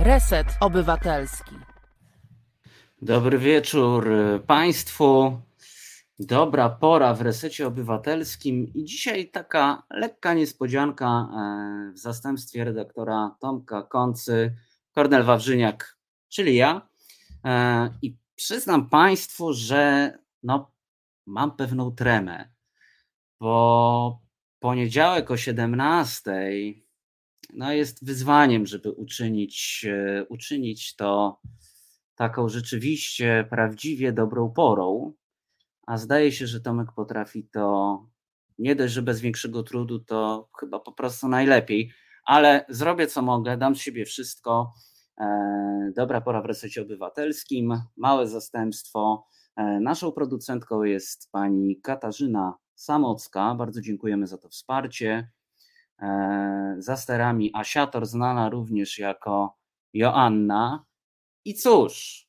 Reset Obywatelski. Dobry wieczór Państwu. Dobra pora w Resecie Obywatelskim i dzisiaj taka lekka niespodzianka w zastępstwie redaktora Tomka Koncy, Kornel Wawrzyniak, czyli ja. I przyznam Państwu, że mam pewną tremę, bo poniedziałek o 17 jest wyzwaniem, żeby uczynić to taką rzeczywiście prawdziwie dobrą porą, a zdaje się, że Tomek potrafi to nie dość, że bez większego trudu, to chyba po prostu najlepiej, ale zrobię co mogę, dam z siebie wszystko. Dobra pora w Resecie Obywatelskim, małe zastępstwo. Naszą producentką jest pani Katarzyna Samocka, bardzo dziękujemy za to wsparcie. Za sterami Asiator, znana również jako Joanna. I cóż,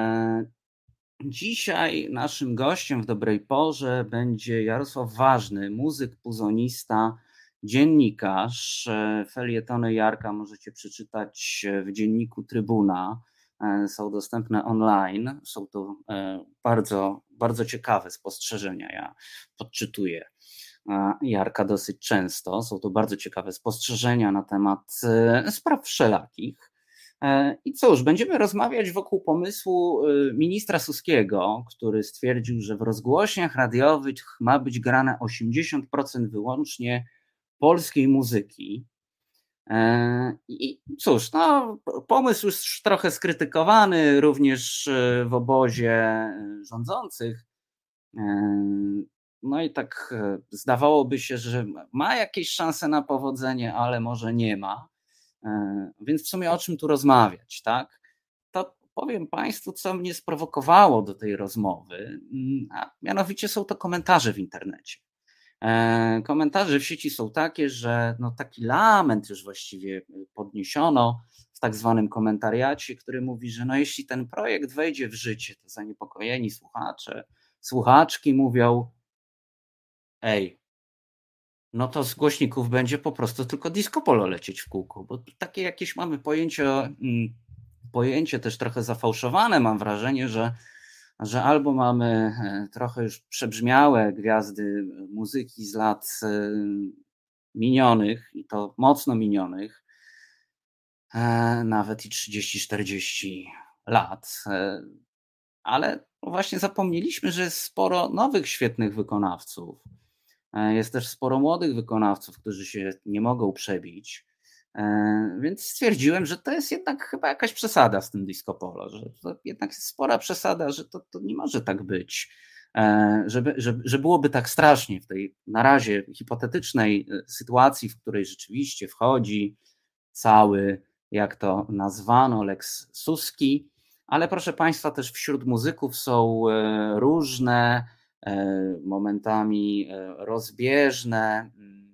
dzisiaj naszym gościem w dobrej porze będzie Jarosław Ważny, muzyk, puzonista, dziennikarz. Felietony Jarka możecie przeczytać w dzienniku Trybuna, są dostępne online, są to bardzo, bardzo ciekawe spostrzeżenia, ja podczytuję Jarka dosyć często, są to bardzo ciekawe spostrzeżenia na temat spraw wszelakich. I cóż, będziemy rozmawiać wokół pomysłu ministra Suskiego, który stwierdził, że w rozgłośniach radiowych ma być grane 80% wyłącznie polskiej muzyki. I cóż, pomysł już trochę skrytykowany również w obozie rządzących. No i tak zdawałoby się, że ma jakieś szanse na powodzenie, ale może nie ma. Więc w sumie o czym tu rozmawiać, tak? To powiem Państwu, co mnie sprowokowało do tej rozmowy, a mianowicie są to komentarze w internecie. Komentarze w sieci są takie, że taki lament już właściwie podniesiono w tak zwanym komentariacie, który mówi, że jeśli ten projekt wejdzie w życie, to zaniepokojeni słuchacze, słuchaczki mówią: to z głośników będzie po prostu tylko disco polo lecieć w kółko, bo takie jakieś mamy pojęcie też trochę zafałszowane, mam wrażenie, że albo mamy trochę już przebrzmiałe gwiazdy muzyki z lat minionych, i to mocno minionych, nawet i 30-40 lat, ale właśnie zapomnieliśmy, że jest sporo nowych, świetnych wykonawców. Jest też sporo młodych wykonawców, którzy się nie mogą przebić, więc stwierdziłem, że to jest jednak chyba jakaś przesada z tym disco polo, że to jednak jest spora przesada, że to nie może tak być, że byłoby tak strasznie w tej na razie hipotetycznej sytuacji, w której rzeczywiście wchodzi cały, jak to nazwano, Lex Suski, ale proszę Państwa, też wśród muzyków są różne, momentami rozbieżne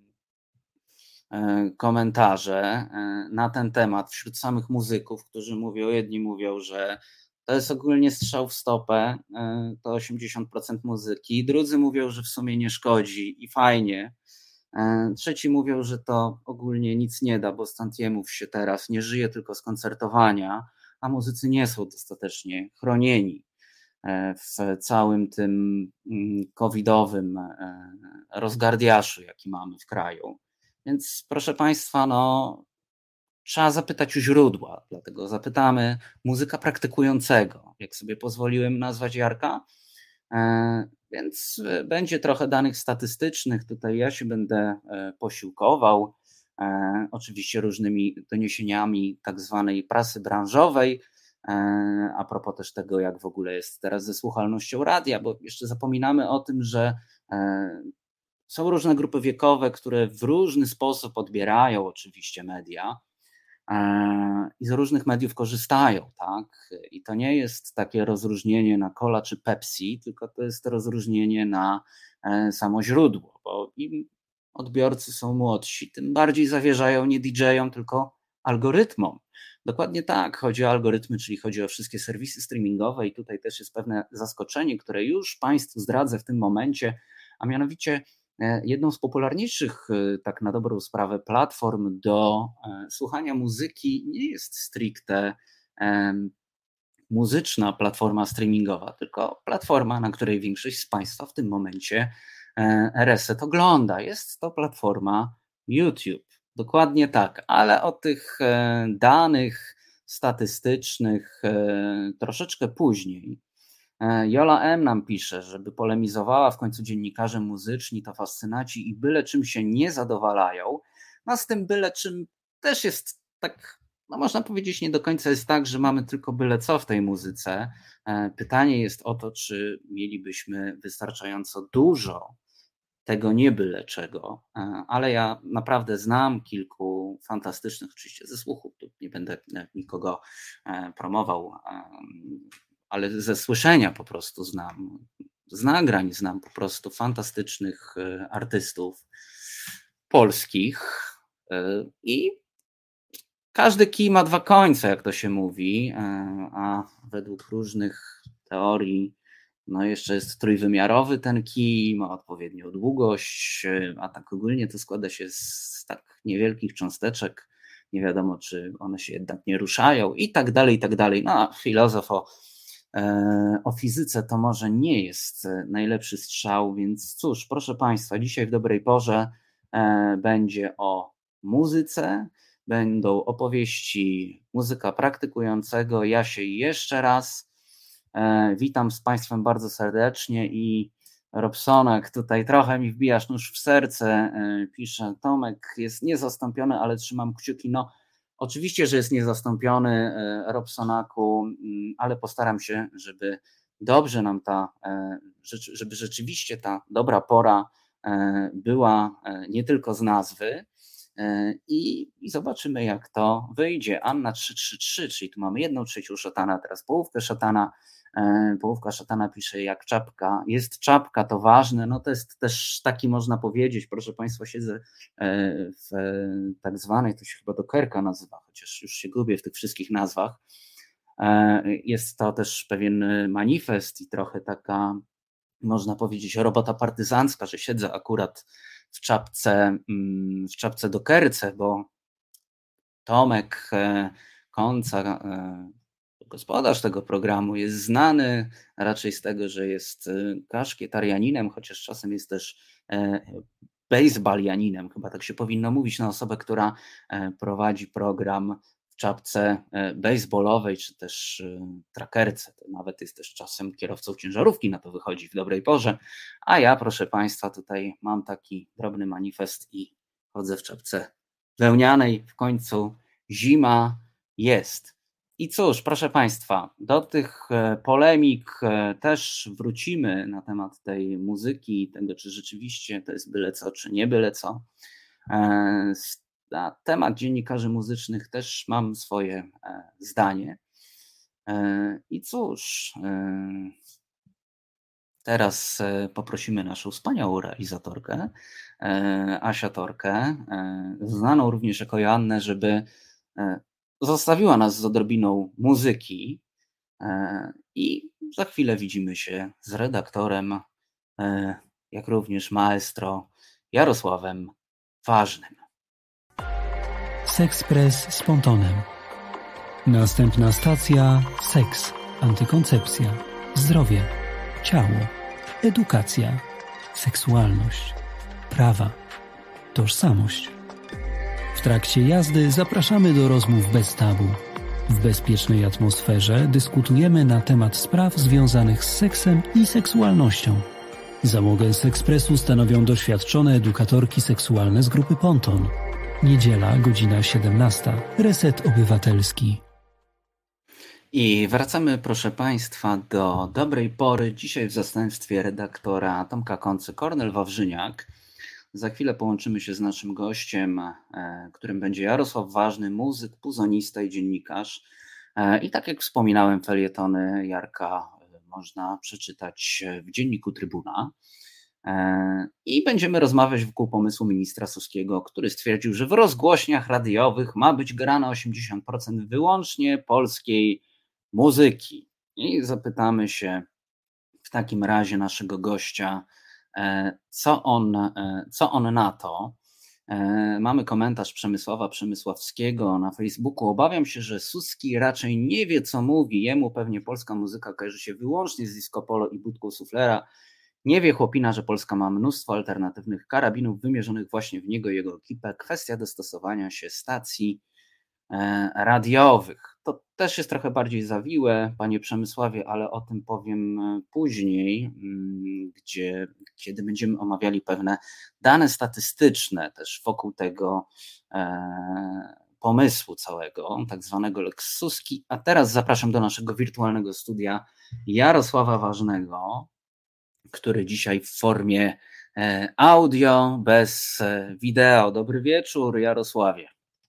komentarze na ten temat wśród samych muzyków, którzy jedni mówią, że to jest ogólnie strzał w stopę, to 80% muzyki, drudzy mówią, że w sumie nie szkodzi i fajnie, trzeci mówią, że to ogólnie nic nie da, bo Stantiemów się teraz nie żyje tylko z koncertowania, a muzycy nie są dostatecznie chronieni w całym tym covidowym rozgardiaszu, jaki mamy w kraju. Więc proszę Państwa, trzeba zapytać u źródła, dlatego zapytamy muzyka praktykującego, jak sobie pozwoliłem nazwać Jarka. Więc będzie trochę danych statystycznych, tutaj ja się będę posiłkował, oczywiście różnymi doniesieniami tak zwanej prasy branżowej, a propos też tego, jak w ogóle jest teraz ze słuchalnością radia, bo jeszcze zapominamy o tym, że są różne grupy wiekowe, które w różny sposób odbierają oczywiście media i z różnych mediów korzystają, tak? I to nie jest takie rozróżnienie na Cola czy Pepsi, tylko to jest rozróżnienie na samo źródło, bo im odbiorcy są młodsi, tym bardziej zawierzają nie DJ-om, tylko algorytmom. Dokładnie tak, chodzi o algorytmy, czyli chodzi o wszystkie serwisy streamingowe i tutaj też jest pewne zaskoczenie, które już Państwu zdradzę w tym momencie, a mianowicie Jedną z popularniejszych, tak na dobrą sprawę, platform do słuchania muzyki nie jest stricte muzyczna platforma streamingowa, tylko platforma, na której większość z Państwa w tym momencie Reset ogląda. Jest to platforma YouTube. Dokładnie tak, ale o tych danych statystycznych troszeczkę później. Jola M. nam pisze, żeby polemizowała, w końcu dziennikarze muzyczni to fascynaci i byle czym się nie zadowalają. No z tym byle czym też jest tak, no można powiedzieć, nie do końca jest tak, że mamy tylko byle co w tej muzyce. Pytanie jest o to, czy mielibyśmy wystarczająco dużo tego nie byle czego, ale ja naprawdę znam kilku fantastycznych, oczywiście ze słuchu, tu nie będę nikogo promował, ale ze słyszenia po prostu znam, z nagrań znam po prostu fantastycznych artystów polskich i każdy kij ma dwa końce, jak to się mówi, a według różnych teorii no jeszcze jest trójwymiarowy ten kij, ma odpowiednią długość, a tak ogólnie to składa się z tak niewielkich cząsteczek, nie wiadomo, czy one się jednak nie ruszają i tak dalej, i tak dalej. No, filozof o fizyce to może nie jest najlepszy strzał, więc cóż, proszę Państwa, dzisiaj w dobrej porze będzie o muzyce, będą opowieści muzyka praktykującego. Ja się jeszcze raz witam z Państwem bardzo serdecznie i Robsonak, tutaj trochę mi wbijasz nóż w serce, pisze Tomek, jest niezastąpiony, ale trzymam kciuki. No oczywiście, że jest niezastąpiony, Robsonaku, ale postaram się, żeby dobrze nam żeby rzeczywiście ta dobra pora była nie tylko z nazwy, i zobaczymy, jak to wyjdzie. Anna 333, czyli tu mamy 1/3 szatana, teraz połówkę szatana. Połówka szatana pisze, jak czapka. Jest czapka, to ważne. No to jest też taki, można powiedzieć, proszę Państwa, siedzę w tak zwanej, to się chyba dokerka nazywa, chociaż już się gubię w tych wszystkich nazwach. Jest to też pewien manifest i trochę taka, można powiedzieć, robota partyzancka, że siedzę akurat w czapce dokerce, bo Tomek Końca, gospodarz tego programu, jest znany raczej z tego, że jest kaszkietarianinem, chociaż czasem jest też basebalianinem, chyba tak się powinno mówić na osobę, która prowadzi program w czapce baseballowej, czy też trackerce. To nawet jest też czasem kierowcą ciężarówki, na to wychodzi w dobrej porze. A ja, proszę Państwa, tutaj mam taki drobny manifest i chodzę w czapce wełnianej. W końcu zima jest. I cóż, proszę Państwa, do tych polemik też wrócimy na temat tej muzyki, tego, czy rzeczywiście to jest byle co, czy nie byle co. Na temat dziennikarzy muzycznych też mam swoje zdanie. I cóż, teraz poprosimy naszą wspaniałą realizatorkę, Asia Torkę, znaną również jako Joannę, żeby zostawiła nas z odrobiną muzyki i za chwilę widzimy się z redaktorem, jak również maestro Jarosławem Ważnym. Sexpress z Pontonem. Następna stacja: seks, antykoncepcja, zdrowie, ciało, edukacja, seksualność, prawa, tożsamość. W trakcie jazdy zapraszamy do rozmów bez tabu. W bezpiecznej atmosferze dyskutujemy na temat spraw związanych z seksem i seksualnością. Załogę Sexpressu stanowią doświadczone edukatorki seksualne z grupy Ponton. Niedziela, godzina 17. Reset Obywatelski. I wracamy, proszę Państwa, do dobrej pory. Dzisiaj w zastępstwie redaktora Tomka Koncy Kornel Wawrzyniak. Za chwilę połączymy się z naszym gościem, którym będzie Jarosław Ważny, muzyk, puzonista i dziennikarz. I tak jak wspominałem, felietony Jarka można przeczytać w dzienniku Trybuna. I będziemy rozmawiać wokół pomysłu ministra Suskiego, który stwierdził, że w rozgłośniach radiowych ma być grana 80% wyłącznie polskiej muzyki. I zapytamy się w takim razie naszego gościa, Co on na to? Mamy komentarz Przemysława Przemysławskiego na Facebooku. Obawiam się, że Suski raczej nie wie, co mówi. Jemu pewnie polska muzyka kojarzy się wyłącznie z disco polo i budką suflera. Nie wie chłopina, że Polska ma mnóstwo alternatywnych karabinów wymierzonych właśnie w niego i jego ekipę. Kwestia dostosowania się stacji radiowych. To też jest trochę bardziej zawiłe, panie Przemysławie, ale o tym powiem później, kiedy będziemy omawiali pewne dane statystyczne też wokół tego pomysłu całego, tak zwanego Lex Suski. A teraz zapraszam do naszego wirtualnego studia Jarosława Ważnego, który dzisiaj w formie audio, bez wideo. Dobry wieczór, Jarosławie.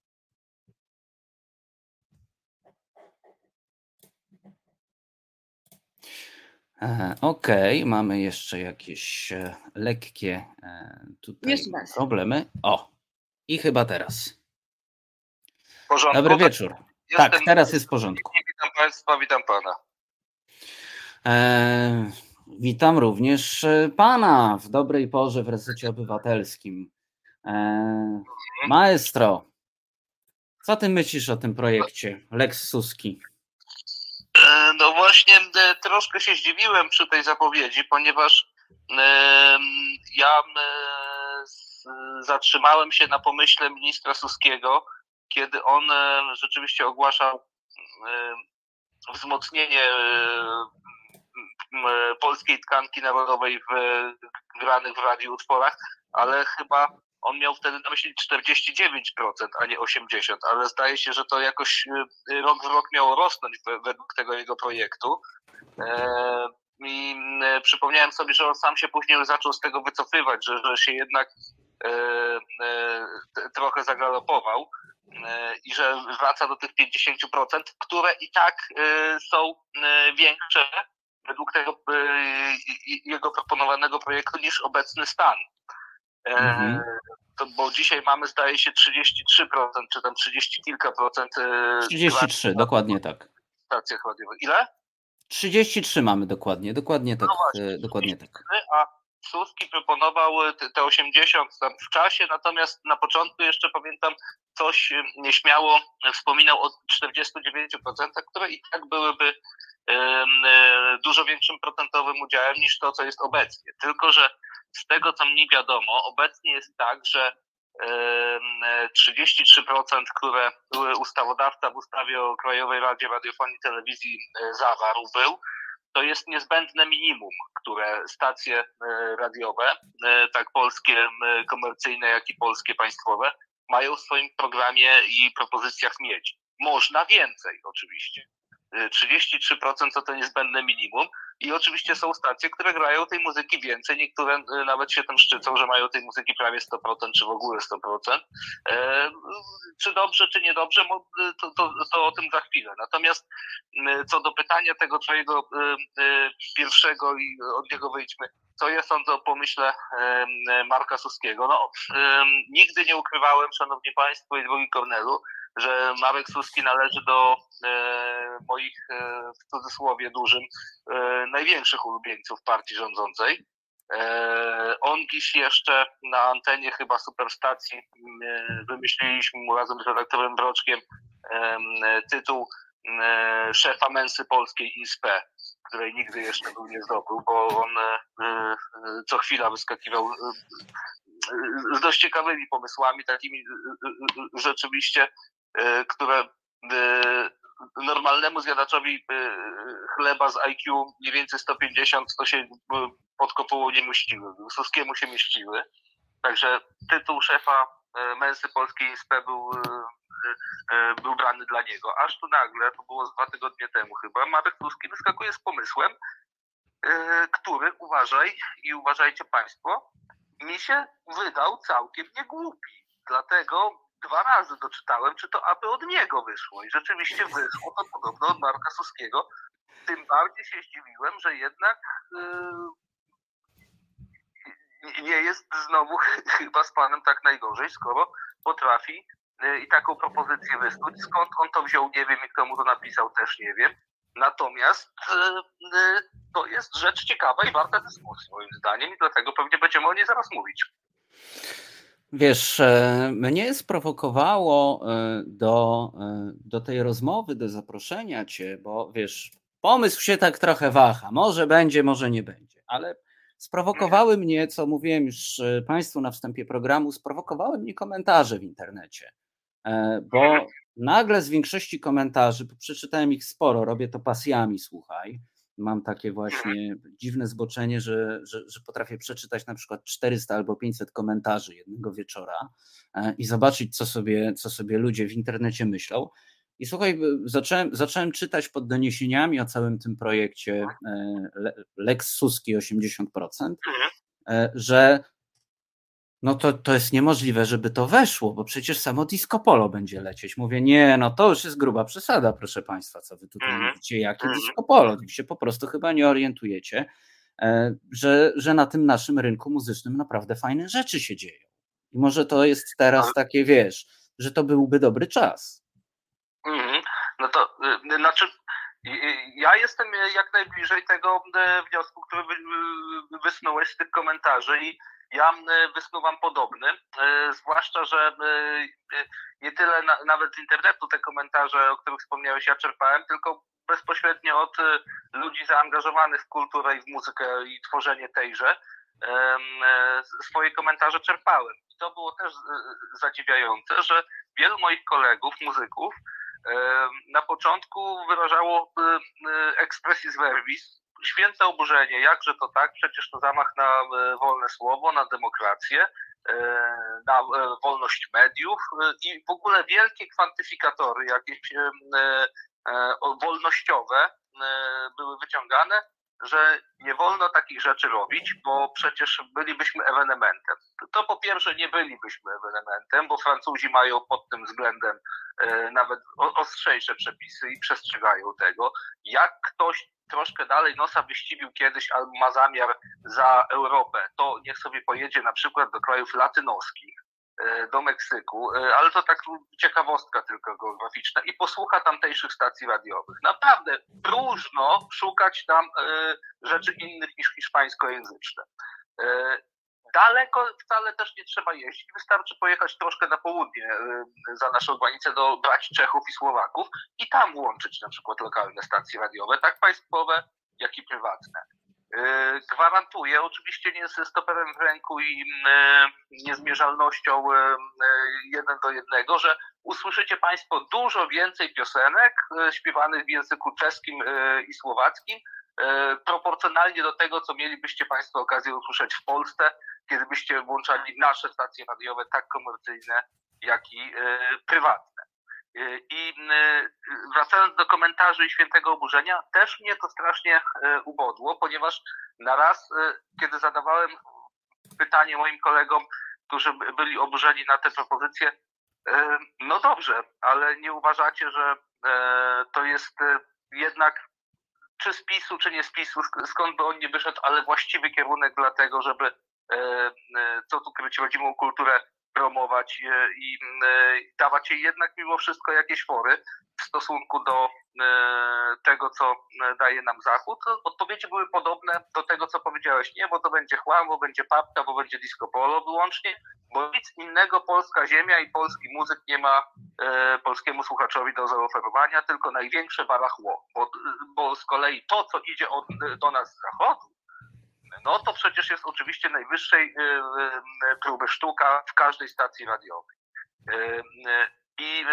Okej, mamy jeszcze jakieś lekkie tutaj problemy. O, i chyba teraz. W porządku. Dobry wieczór. Tak, teraz jest w porządku. Witam Państwa, witam Pana. Witam również Pana w dobrej porze w Resecie Obywatelskim. Maestro, co Ty myślisz o tym projekcie Lex Suski? No właśnie troszkę się zdziwiłem przy tej zapowiedzi, ponieważ ja zatrzymałem się na pomyśle ministra Suskiego, kiedy on rzeczywiście ogłaszał wzmocnienie polskiej tkanki narodowej w granych w radiu utworach, ale chyba on miał wtedy na myśli 49%, a nie 80%, ale zdaje się, że to jakoś rok w rok miało rosnąć według tego jego projektu. I przypomniałem sobie, że on sam się później zaczął z tego wycofywać, że się jednak trochę zagalopował i że wraca do tych 50%, które i tak są większe według tego jego proponowanego projektu niż obecny stan. Bo dzisiaj mamy, zdaje się, 33%, czy tam 30 kilka procent. 33, dokładnie tak. W stacjach radiowych. Ile? 33 mamy dokładnie tak. No właśnie, dokładnie tak. A Suski proponował te 80 tam w czasie, natomiast na początku jeszcze pamiętam coś nieśmiało wspominał o 49%, które i tak byłyby dużo większym procentowym udziałem niż to, co jest obecnie. Tylko że z tego, co mi wiadomo, obecnie jest tak, że 33%, które ustawodawca w ustawie o Krajowej Radzie Radiofonii i Telewizji zawarł to jest niezbędne minimum, które stacje radiowe, tak polskie komercyjne, jak i polskie państwowe, mają w swoim programie i propozycjach mieć. Można więcej oczywiście. 33% to niezbędne minimum i oczywiście są stacje, które grają tej muzyki więcej, niektóre nawet się tym szczycą, że mają tej muzyki prawie 100% czy w ogóle 100%. Czy dobrze, czy niedobrze, to o tym za chwilę. Natomiast co do pytania tego twojego pierwszego i od niego wyjdźmy, co ja sądzę o pomyśle Marka Suskiego? No, nigdy nie ukrywałem, szanowni państwo i drogi Kornelu, że Marek Suski należy do moich, w cudzysłowie dużym, największych ulubieńców partii rządzącej. On dziś jeszcze na antenie chyba Superstacji wymyśliliśmy mu razem z redaktorem Broczkiem tytuł szefa mensy polskiej ISP, której nigdy jeszcze był nie zdobył, bo on co chwila wyskakiwał z dość ciekawymi pomysłami, takimi rzeczywiście, które normalnemu zjadaczowi chleba z IQ mniej więcej 150 to się pod kopułą nie mieściły. Suskiemu się mieściły. Także tytuł szefa mensy polskiej ISP był brany dla niego. Aż tu nagle, to było 2 tygodnie temu chyba, Marek Suski wyskakuje z pomysłem, który, uważajcie państwo, mi się wydał całkiem niegłupi. Dlatego 2 razy doczytałem, czy to aby od niego wyszło. I rzeczywiście wyszło to podobno od Marka Suskiego. Tym bardziej się zdziwiłem, że jednak nie jest znowu chyba z panem tak najgorzej, skoro potrafi i taką propozycję wysnuć. Skąd on to wziął, nie wiem, i kto mu to napisał, też nie wiem. Natomiast to jest rzecz ciekawa i warta dyskusji moim zdaniem i dlatego pewnie będziemy o niej zaraz mówić. Wiesz, mnie sprowokowało do tej rozmowy, do zaproszenia cię, bo wiesz, pomysł się tak trochę waha. Może będzie, może nie będzie, ale sprowokowały mnie, co mówiłem już Państwu na wstępie programu, sprowokowały mnie komentarze w internecie, bo nagle z większości komentarzy, bo przeczytałem ich sporo, robię to pasjami, słuchaj, mam takie właśnie dziwne zboczenie, że potrafię przeczytać na przykład 400 albo 500 komentarzy jednego wieczora i zobaczyć, co sobie ludzie w internecie myślą. I słuchaj, zacząłem czytać pod doniesieniami o całym tym projekcie Lex Suski 80%, że no to jest niemożliwe, żeby to weszło, bo przecież samo disco polo będzie lecieć. Mówię, nie, no to już jest gruba przesada, proszę Państwa, co Wy tutaj mówicie, jakie disco polo? Wy się po prostu chyba nie orientujecie, że na tym naszym rynku muzycznym naprawdę fajne rzeczy się dzieją. I może to jest teraz takie, wiesz, że to byłby dobry czas. No to znaczy, ja jestem jak najbliżej tego wniosku, który wysnułeś z tych komentarzy i ja wysnuwam podobny, zwłaszcza, że nie tyle nawet z internetu te komentarze, o których wspomniałeś, ja czerpałem, tylko bezpośrednio od ludzi zaangażowanych w kulturę i w muzykę i tworzenie tejże swoje komentarze czerpałem. I to było też zadziwiające, że wielu moich kolegów, muzyków, na początku wyrażało expressis verbis, święte oburzenie, jakże to tak, przecież to zamach na wolne słowo, na demokrację, na wolność mediów i w ogóle wielkie kwantyfikatory jakieś wolnościowe były wyciągane, że nie wolno takich rzeczy robić, bo przecież bylibyśmy ewenementem. To po pierwsze nie bylibyśmy ewenementem, bo Francuzi mają pod tym względem nawet ostrzejsze przepisy i przestrzegają tego. Jak ktoś troszkę dalej nosa wyściwił kiedyś albo ma zamiar za Europę, to niech sobie pojedzie na przykład do krajów latynoskich, do Meksyku, ale to tak ciekawostka tylko geograficzna i posłucha tamtejszych stacji radiowych. Naprawdę próżno szukać tam rzeczy innych niż hiszpańskojęzyczne. Daleko wcale też nie trzeba jeździć, wystarczy pojechać troszkę na południe za naszą granicę do braci Czechów i Słowaków i tam łączyć na przykład lokalne stacje radiowe, tak państwowe, jak i prywatne. Gwarantuję, oczywiście nie ze stoperem w ręku i niezmierzalnością 1:1, że usłyszycie Państwo dużo więcej piosenek śpiewanych w języku czeskim i słowackim, proporcjonalnie do tego, co mielibyście Państwo okazję usłyszeć w Polsce, kiedy byście włączali nasze stacje radiowe, tak komercyjne, jak i prywatne. I wracając do komentarzy i świętego oburzenia, też mnie to strasznie ubodło, ponieważ na raz, kiedy zadawałem pytanie moim kolegom, którzy byli oburzeni na te propozycje, no dobrze, ale nie uważacie, że to jest jednak czy z PiS-u, czy nie z PiS-u, skąd by on nie wyszedł, ale właściwy kierunek dla tego, żeby co tu kryć, rodzimą kulturę promować i dawać jej jednak mimo wszystko jakieś fory w stosunku do tego, co daje nam Zachód. Odpowiedzi były podobne do tego, co powiedziałeś. Nie, bo to będzie chłam, bo będzie papka, bo będzie disco polo wyłącznie, bo nic innego polska ziemia i polski muzyk nie ma polskiemu słuchaczowi do zaoferowania, tylko największe barachło, bo z kolei to, co idzie do nas z Zachodu, no to przecież jest oczywiście najwyższej próby sztuka w każdej stacji radiowej. I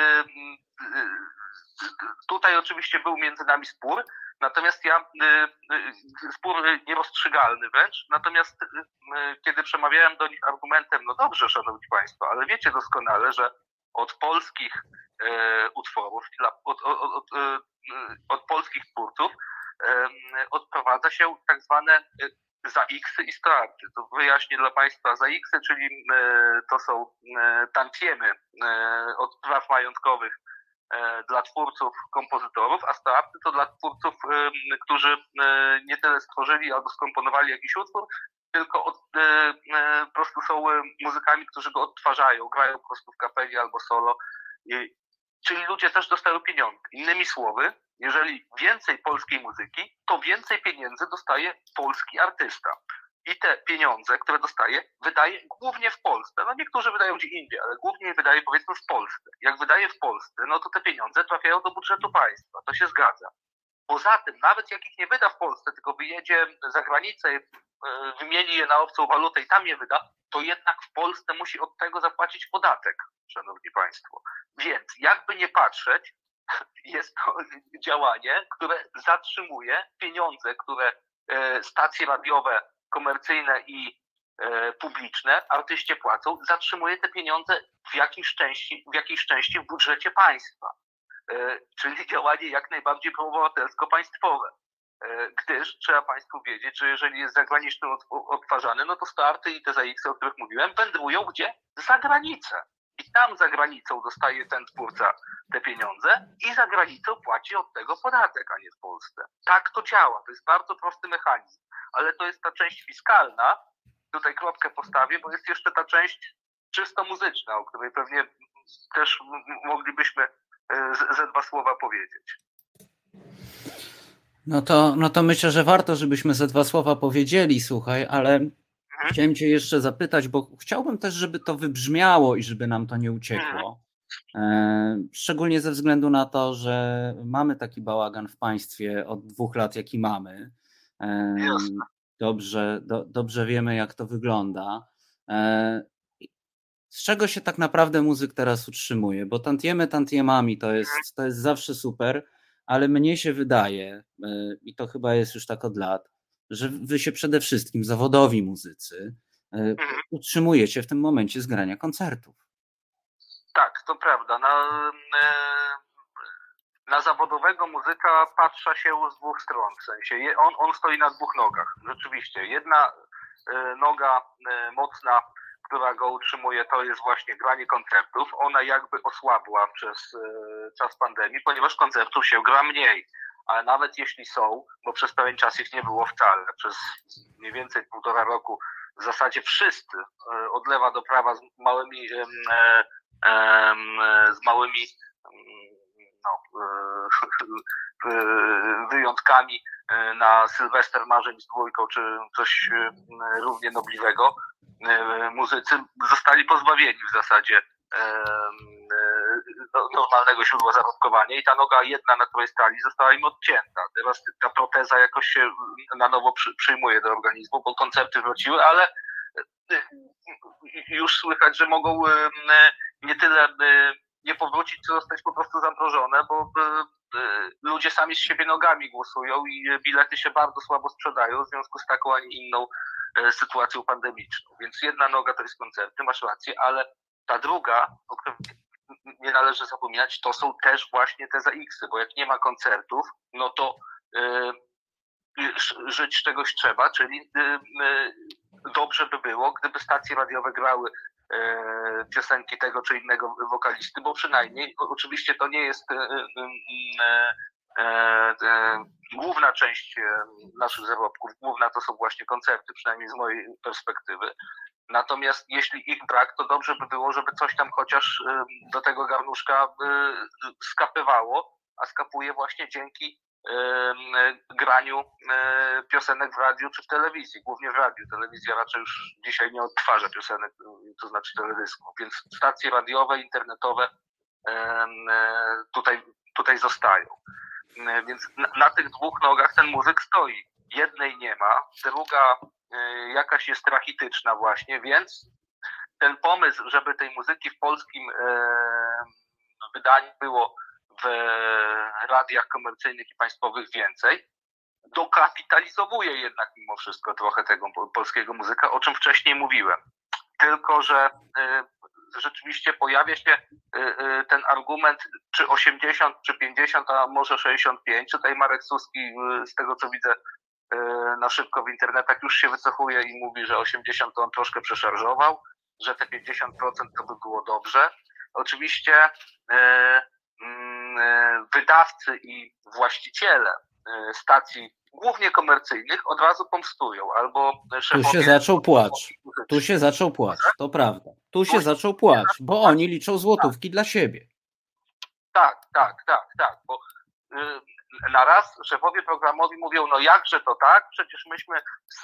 tutaj oczywiście był między nami spór, natomiast spór nierozstrzygalny wręcz, natomiast kiedy przemawiałem do nich argumentem, no dobrze, szanowni państwo, ale wiecie doskonale, że od polskich utworów, od polskich twórców odprowadza się tak zwane ZAX-y i STOART-y. To wyjaśnię dla Państwa, ZAX-y, czyli to są tantiemy od praw majątkowych dla twórców, kompozytorów, a STOART-y to dla twórców, którzy nie tyle stworzyli albo skomponowali jakiś utwór, tylko po prostu są muzykami, którzy go odtwarzają, grają po prostu w kapeli albo solo. Czyli ludzie też dostają pieniądze. Innymi słowy, Jeżeli więcej polskiej muzyki, to więcej pieniędzy dostaje polski artysta. I te pieniądze, które dostaje, wydaje głównie w Polsce. No niektórzy wydają gdzie indziej, ale głównie wydaje powiedzmy w Polsce. Jak wydaje w Polsce, no to te pieniądze trafiają do budżetu państwa. To się zgadza. Poza tym, nawet jak ich nie wyda w Polsce, tylko wyjedzie za granicę, wymieni je na obcą walutę i tam je wyda, to jednak w Polsce musi od tego zapłacić podatek, szanowni państwo. Więc jakby nie patrzeć, jest to działanie, które zatrzymuje pieniądze, które stacje radiowe, komercyjne i publiczne artyście płacą, zatrzymuje te pieniądze w jakiejś części w budżecie państwa. Czyli działanie jak najbardziej proobywatelsko-państwowe. Gdyż trzeba państwu wiedzieć, że jeżeli jest zagraniczny odtwarzany, no to starty i te ZX, o których mówiłem, wędrują gdzie? Za granicę. I tam za granicą dostaje ten twórca te pieniądze i za granicą płaci od tego podatek, a nie w Polsce. Tak to działa. To jest bardzo prosty mechanizm. Ale to jest ta część fiskalna. Tutaj kropkę postawię, bo jest jeszcze ta część czysto muzyczna, o której pewnie też moglibyśmy ze dwa słowa powiedzieć. No to myślę, że warto, żebyśmy ze dwa słowa powiedzieli, słuchaj, ale chciałem cię jeszcze zapytać, bo chciałbym też, żeby to wybrzmiało i żeby nam to nie uciekło. Szczególnie ze względu na to, że mamy taki bałagan w państwie od 2 lat, jaki mamy. Dobrze wiemy, jak to wygląda. Z czego się tak naprawdę muzyk teraz utrzymuje? Bo tantiemami to jest zawsze super, ale mnie się wydaje, i to chyba jest już tak od lat, że wy się przede wszystkim, zawodowi muzycy, utrzymujecie w tym momencie z grania koncertów. Tak, to prawda. Na zawodowego muzyka patrza się z 2 stron. W sensie on stoi na 2 nogach. Rzeczywiście. Jedna noga mocna, która go utrzymuje, to jest właśnie granie koncertów. Ona jakby osłabła przez czas pandemii, ponieważ koncertów się gra mniej. Ale nawet jeśli są, bo przez pewien czas ich nie było wcale, przez mniej więcej 1,5 roku w zasadzie wszyscy od lewa do prawa z małymi wyjątkami na Sylwester Marzeń z Dwójką czy coś równie nobliwego, muzycy zostali pozbawieni w zasadzie normalnego źródła zarobkowania i ta noga jedna, na której stali, została im odcięta. Teraz ta proteza jakoś się na nowo przyjmuje do organizmu, bo koncerty wróciły, ale już słychać, że mogą nie tyle nie powrócić, co zostać po prostu zamrożone, bo ludzie sami z siebie nogami głosują i bilety się bardzo słabo sprzedają w związku z taką, a nie inną sytuacją pandemiczną. Więc jedna noga to jest koncerty, masz rację, ale ta druga, o której nie należy zapominać, to są też właśnie te ZX-y, bo jak nie ma koncertów, no to żyć z czegoś trzeba, czyli dobrze by było, gdyby stacje radiowe grały piosenki tego czy innego wokalisty, bo przynajmniej, oczywiście to nie jest główna część naszych zarobków, główna to są właśnie koncerty, przynajmniej z mojej perspektywy. Natomiast jeśli ich brak, to dobrze by było, żeby coś tam chociaż do tego garnuszka skapywało, a skapuje właśnie dzięki graniu piosenek w radiu czy w telewizji, głównie w radiu. Telewizja raczej już dzisiaj nie odtwarza piosenek, to znaczy teledysków, więc stacje radiowe, internetowe tutaj zostają. Więc na tych 2 nogach ten muzyk stoi. Jednej nie ma, druga jakaś jest rachityczna właśnie, więc ten pomysł, żeby tej muzyki w polskim wydaniu było w radiach komercyjnych i państwowych więcej, dokapitalizowuje jednak mimo wszystko trochę tego polskiego muzyka, o czym wcześniej mówiłem. Tylko że rzeczywiście pojawia się ten argument, czy 80, czy 50, a może 65. Tutaj Marek Suski, z tego co widzę na szybko w internetach, już się wycofuje i mówi, że 80 to on troszkę przeszarżował, że te 50% to by było dobrze. Oczywiście wydawcy i właściciele stacji głównie komercyjnych od razu pomstują, albo szefowie... Tu się zaczął płacz, to prawda. Tu się zaczął płacz, bo oni liczą złotówki dla siebie. Tak, bo na raz szefowie programowi mówią, no jakże to tak, przecież myśmy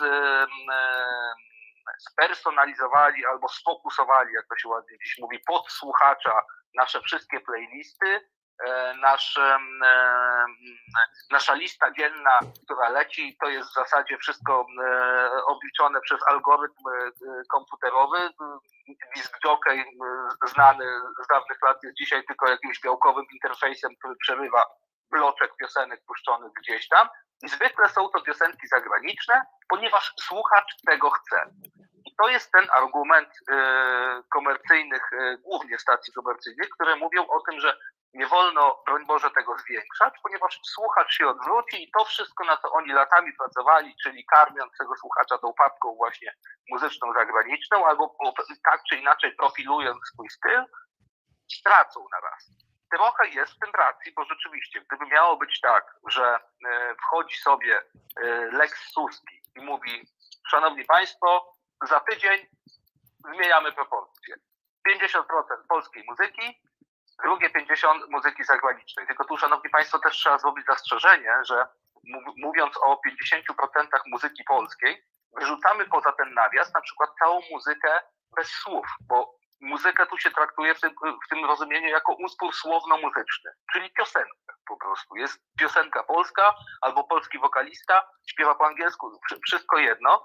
spersonalizowali albo sfokusowali, jak to się ładnie dziś mówi, pod słuchacza nasze wszystkie playlisty, nasza lista dzienna, która leci, to jest w zasadzie wszystko obliczone przez algorytm komputerowy. Disc jockey znany z dawnych lat jest dzisiaj tylko jakimś białkowym interfejsem, który przerywa bloczek piosenek puszczonych gdzieś tam. I zwykle są to piosenki zagraniczne, ponieważ słuchacz tego chce. I to jest ten argument komercyjnych, głównie stacji komercyjnych, które mówią o tym, że nie wolno, broń Boże, tego zwiększać, ponieważ słuchacz się odwróci i to wszystko, na co oni latami pracowali, czyli karmiąc tego słuchacza tą papką właśnie muzyczną zagraniczną, albo tak czy inaczej profilując swój styl, stracą na raz. Trochę jest w tym racji, bo rzeczywiście, gdyby miało być tak, że wchodzi sobie Lex Suski i mówi, szanowni państwo, za tydzień zmieniamy proporcje. 50% polskiej muzyki, drugie 50% muzyki zagranicznej. Tylko tu, szanowni państwo, też trzeba zrobić zastrzeżenie, że mówiąc o 50% muzyki polskiej, wyrzucamy poza ten nawias na przykład całą muzykę bez słów, bo muzykę tu się traktuje w tym rozumieniu jako utwór słowno-muzyczny, czyli piosenka po prostu. Jest piosenka polska albo polski wokalista, śpiewa po angielsku, wszystko jedno.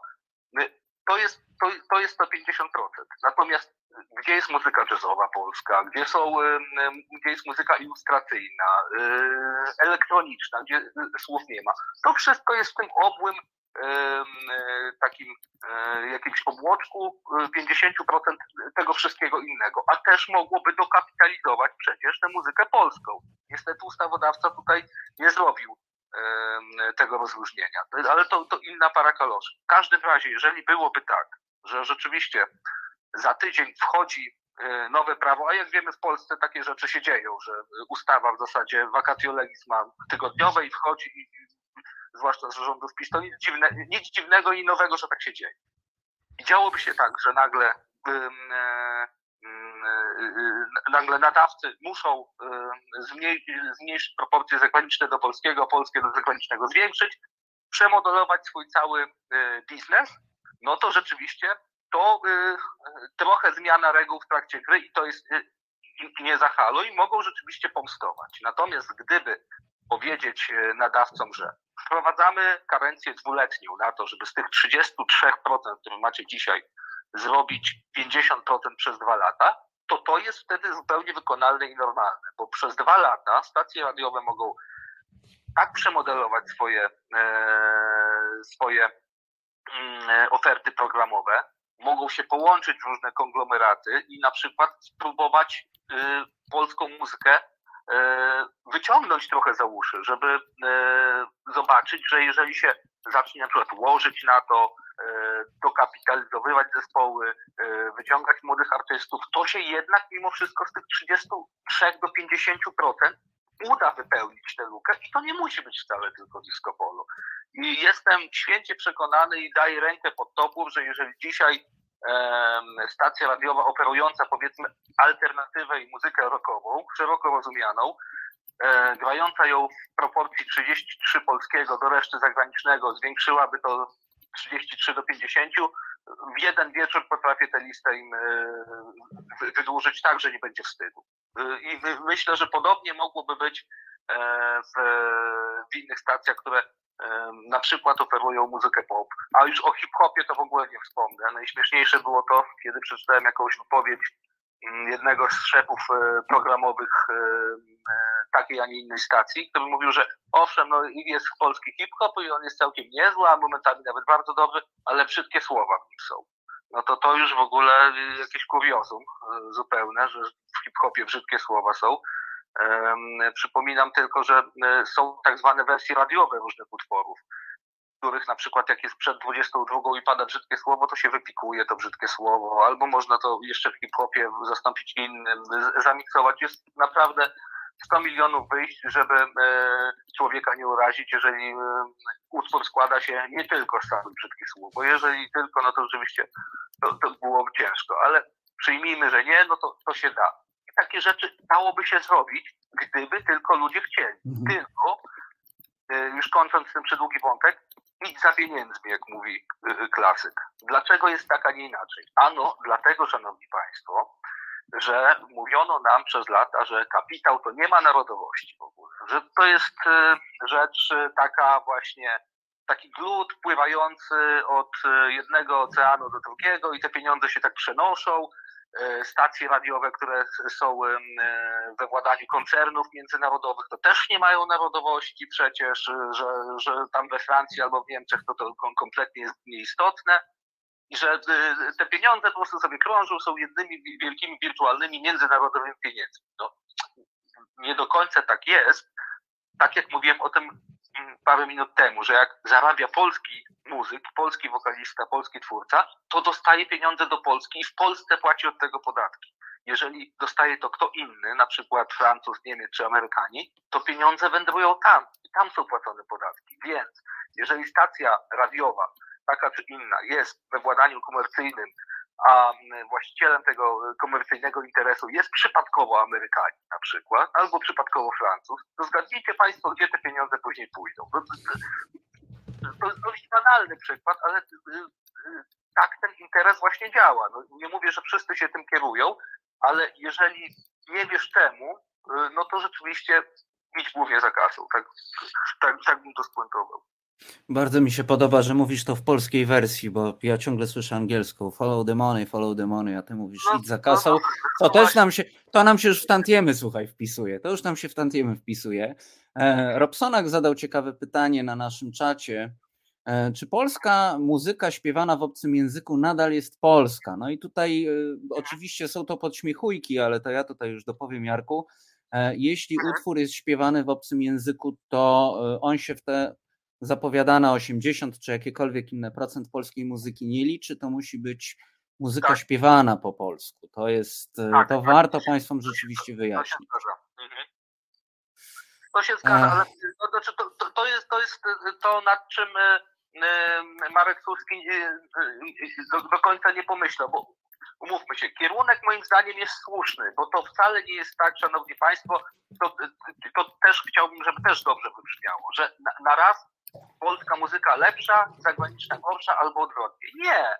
To jest to 50%. Natomiast gdzie jest muzyka jazzowa polska, gdzie jest muzyka ilustracyjna, elektroniczna, gdzie słów nie ma. To wszystko jest w tym obłym takim jakimś obłoczku 50% tego wszystkiego innego, a też mogłoby dokapitalizować przecież tę muzykę polską. Niestety ustawodawca tutaj nie zrobił tego rozróżnienia, ale to inna para kaloszy. W każdym razie, jeżeli byłoby tak, że rzeczywiście za tydzień wchodzi nowe prawo, a jak wiemy w Polsce takie rzeczy się dzieją, że ustawa w zasadzie vacatio legis ma tygodniowe i wchodzi, zwłaszcza z rządów PiS, to nic dziwnego i nowego, że tak się dzieje. I działoby się tak, że nagle nadawcy muszą zmniejszyć proporcje zagraniczne do polskiego, polskie do zagranicznego zwiększyć, przemodelować swój cały biznes, no to rzeczywiście to trochę zmiana reguł w trakcie gry i to jest nie za halo i mogą rzeczywiście pomstować. Natomiast gdyby powiedzieć nadawcom, że wprowadzamy karencję dwuletnią na to, żeby z tych 33%, które macie dzisiaj, zrobić 50% przez 2 lata, to jest wtedy zupełnie wykonalne i normalne, bo przez 2 lata stacje radiowe mogą tak przemodelować swoje oferty programowe, mogą się połączyć w różne konglomeraty i na przykład spróbować polską muzykę wyciągnąć trochę za uszy, żeby zobaczyć, że jeżeli się zacznie na przykład łożyć na to, dokapitalizowywać zespoły, wyciągać młodych artystów, to się jednak mimo wszystko z tych 33 do 50% uda wypełnić tę lukę i to nie musi być wcale tylko disco polo. I jestem święcie przekonany i daję rękę pod topór, że jeżeli dzisiaj stacja radiowa oferująca powiedzmy alternatywę i muzykę rockową, szeroko rozumianą, grająca ją w proporcji 33 polskiego do reszty zagranicznego, zwiększyłaby to 33 do 50, w jeden wieczór potrafię tę listę im wydłużyć tak, że nie będzie wstydu. I myślę, że podobnie mogłoby być w innych stacjach, które na przykład oferują muzykę pop, a już o hip-hopie to w ogóle nie wspomnę. Najśmieszniejsze było to, kiedy przeczytałem jakąś wypowiedź jednego z szefów programowych takiej, a nie innej stacji, który mówił, że owszem, no jest polski hip-hop i on jest całkiem niezły, a momentami nawet bardzo dobry, ale brzydkie słowa w nim są. No to już w ogóle jakieś kuriozum zupełne, że w hip-hopie brzydkie słowa są. Przypominam tylko, że są tak zwane wersje radiowe różnych utworów, w których na przykład jak jest przed 22 i pada brzydkie słowo, to się wypikuje to brzydkie słowo, albo można to jeszcze w hip-hopie zastąpić innym, zamiksować. Jest naprawdę 100 milionów wyjść, żeby człowieka nie urazić, jeżeli utwór składa się nie tylko z samych brzydkich słów, bo jeżeli tylko, no to rzeczywiście to byłoby ciężko, ale przyjmijmy, że nie, no to się da. I takie rzeczy dałoby się zrobić, gdyby tylko ludzie chcieli. Tylko już kończąc ten przydługi wątek, idź za pieniędzmi, jak mówi klasyk. Dlaczego jest tak, a nie inaczej? Ano, dlatego, szanowni państwo, że mówiono nam przez lata, że kapitał to nie ma narodowości w ogóle, że to jest rzecz taka właśnie, taki glut pływający od jednego oceanu do drugiego i te pieniądze się tak przenoszą. Stacje radiowe, które są we władaniu koncernów międzynarodowych, to też nie mają narodowości przecież, że tam we Francji albo w Niemczech to kompletnie jest nieistotne i że te pieniądze po prostu sobie krążą, są jednymi wielkimi wirtualnymi międzynarodowymi pieniędzmi. No, nie do końca tak jest, tak jak mówiłem o tym parę minut temu, że jak zarabia polski muzyk, polski wokalista, polski twórca, to dostaje pieniądze do Polski i w Polsce płaci od tego podatki. Jeżeli dostaje to kto inny, na przykład Francuz, Niemiec czy Amerykanie, to pieniądze wędrują tam i tam są płacone podatki. Więc jeżeli stacja radiowa, taka czy inna, jest we władaniu komercyjnym, a właścicielem tego komercyjnego interesu jest przypadkowo Amerykanin na przykład, albo przypadkowo Francuz, to zgadnijcie państwo, gdzie te pieniądze później pójdą. To jest dość banalny przykład, ale tak ten interes właśnie działa. No, nie mówię, że wszyscy się tym kierują, ale jeżeli nie wiesz czemu, no to rzeczywiście idź głównie za kasą. Tak bym to spuentował. Bardzo mi się podoba, że mówisz to w polskiej wersji, bo ja ciągle słyszę angielską. Follow the money, a ty mówisz idź za kasą. To nam się już w tantiemy, słuchaj, wpisuje. To już nam się w tantiemy wpisuje. Robsonak zadał ciekawe pytanie na naszym czacie. Czy polska muzyka śpiewana w obcym języku nadal jest polska? No i tutaj oczywiście są to podśmiechujki, ale to ja tutaj już dopowiem, Jarku. Jeśli utwór jest śpiewany w obcym języku, to on się w te zapowiadane 80 czy jakiekolwiek inne procent polskiej muzyki nie liczy, to musi być muzyka śpiewana po polsku. To jest, to warto państwom rzeczywiście wyjaśnić. To się zgadza, ale to jest to, nad czym Marek Suski do końca nie pomyślał, bo umówmy się, kierunek moim zdaniem jest słuszny, bo to wcale nie jest tak, szanowni państwo, to też chciałbym, żeby też dobrze wybrzmiało, że na raz polska muzyka lepsza, zagraniczna gorsza albo odwrotnie. Nie.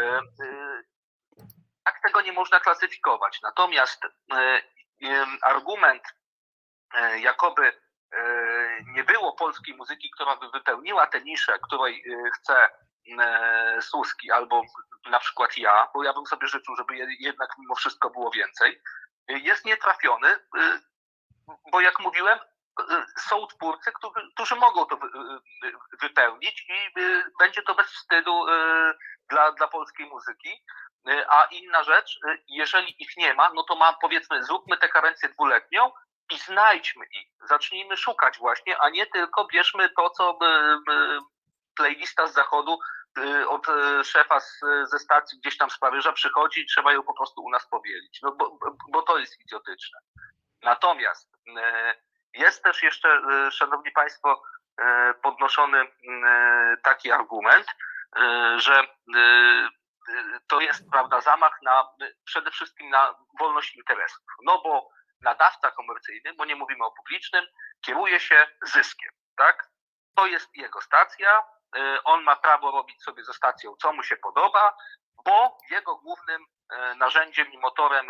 Tak tego nie można klasyfikować. Natomiast argument, jakoby nie było polskiej muzyki, która by wypełniła tę niszę, której chce Suski albo na przykład ja, bo ja bym sobie życzył, żeby jednak mimo wszystko było więcej, jest nietrafiony, bo jak mówiłem, są twórcy, którzy mogą to wypełnić i będzie to bez wstydu dla polskiej muzyki. A inna rzecz, jeżeli ich nie ma, no to powiedzmy, zróbmy tę karencję dwuletnią i znajdźmy ich. Zacznijmy szukać właśnie, a nie tylko bierzmy to, co playlista z zachodu od szefa ze stacji gdzieś tam z Paryża przychodzi i trzeba ją po prostu u nas powielić. No bo to jest idiotyczne. Natomiast jest też jeszcze, szanowni państwo, podnoszony taki argument, że to jest, prawda, zamach przede wszystkim na wolność interesów. No bo nadawca komercyjny, bo nie mówimy o publicznym, kieruje się zyskiem, tak? To jest jego stacja, on ma prawo robić sobie ze stacją, co mu się podoba, bo jego głównym narzędziem i motorem,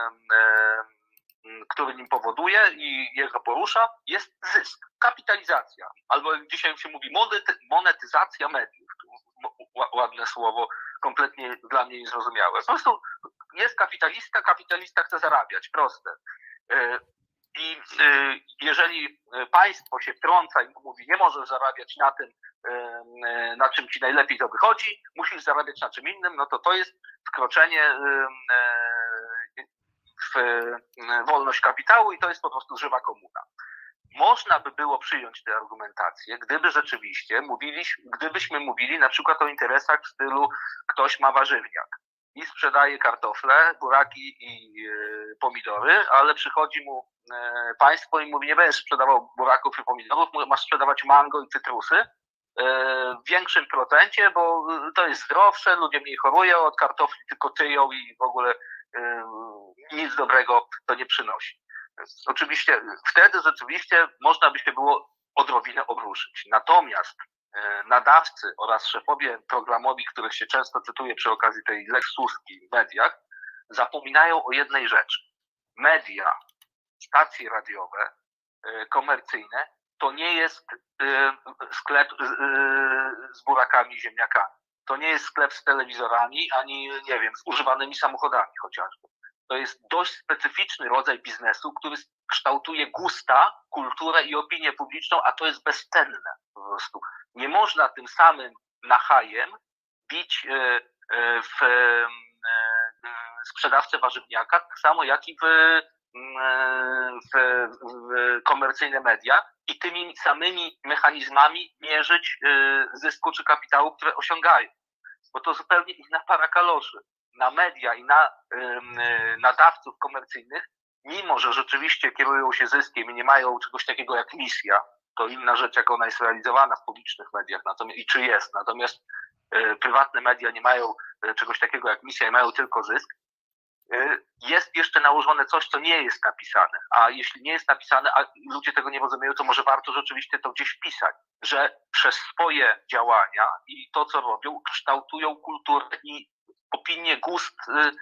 który nim powoduje i jego porusza, jest zysk, kapitalizacja. Albo jak dzisiaj się mówi, monetyzacja mediów. Ładne słowo, kompletnie dla mnie niezrozumiałe. Po prostu jest kapitalista chce zarabiać, proste. I jeżeli państwo się wtrąca i mówi, nie możesz zarabiać na tym, na czym ci najlepiej to wychodzi, musisz zarabiać na czym innym, no to jest wkroczenie w wolność kapitału i to jest po prostu żywa komuna. Można by było przyjąć tę argumentację, gdybyśmy mówili na przykład o interesach w stylu ktoś ma warzywniak i sprzedaje kartofle, buraki i pomidory, ale przychodzi mu państwo i mówi, nie będziesz sprzedawał buraków i pomidorów, masz sprzedawać mango i cytrusy w większym procencie, bo to jest zdrowsze, ludzie mniej chorują, od kartofli tylko tyją i w ogóle nic dobrego to nie przynosi. Oczywiście wtedy rzeczywiście można by się było odrobinę obruszyć. Natomiast nadawcy oraz szefowie programowi, których się często cytuje przy okazji tej Lex Suski w mediach, zapominają o jednej rzeczy. Media, stacje radiowe, komercyjne, to nie jest sklep z burakami i ziemniakami. To nie jest sklep z telewizorami, ani, nie wiem, z używanymi samochodami chociażby. To jest dość specyficzny rodzaj biznesu, który kształtuje gusta, kulturę i opinię publiczną, a to jest bezcenne po prostu. Nie można tym samym nachajem bić w sprzedawcę warzywniaka, tak samo jak i w komercyjne media i tymi samymi mechanizmami mierzyć zysku czy kapitału, które osiągają. Bo to zupełnie inna para kaloszy. Na media i na nadawców komercyjnych, mimo że rzeczywiście kierują się zyskiem i nie mają czegoś takiego jak misja, to inna rzecz, jak ona jest realizowana w publicznych mediach i czy jest. Natomiast prywatne media nie mają czegoś takiego jak misja i mają tylko zysk. Jest jeszcze nałożone coś, co nie jest napisane. A jeśli nie jest napisane, a ludzie tego nie rozumieją, to może warto rzeczywiście to gdzieś wpisać, że przez swoje działania i to, co robią, kształtują kulturę i opinię, gust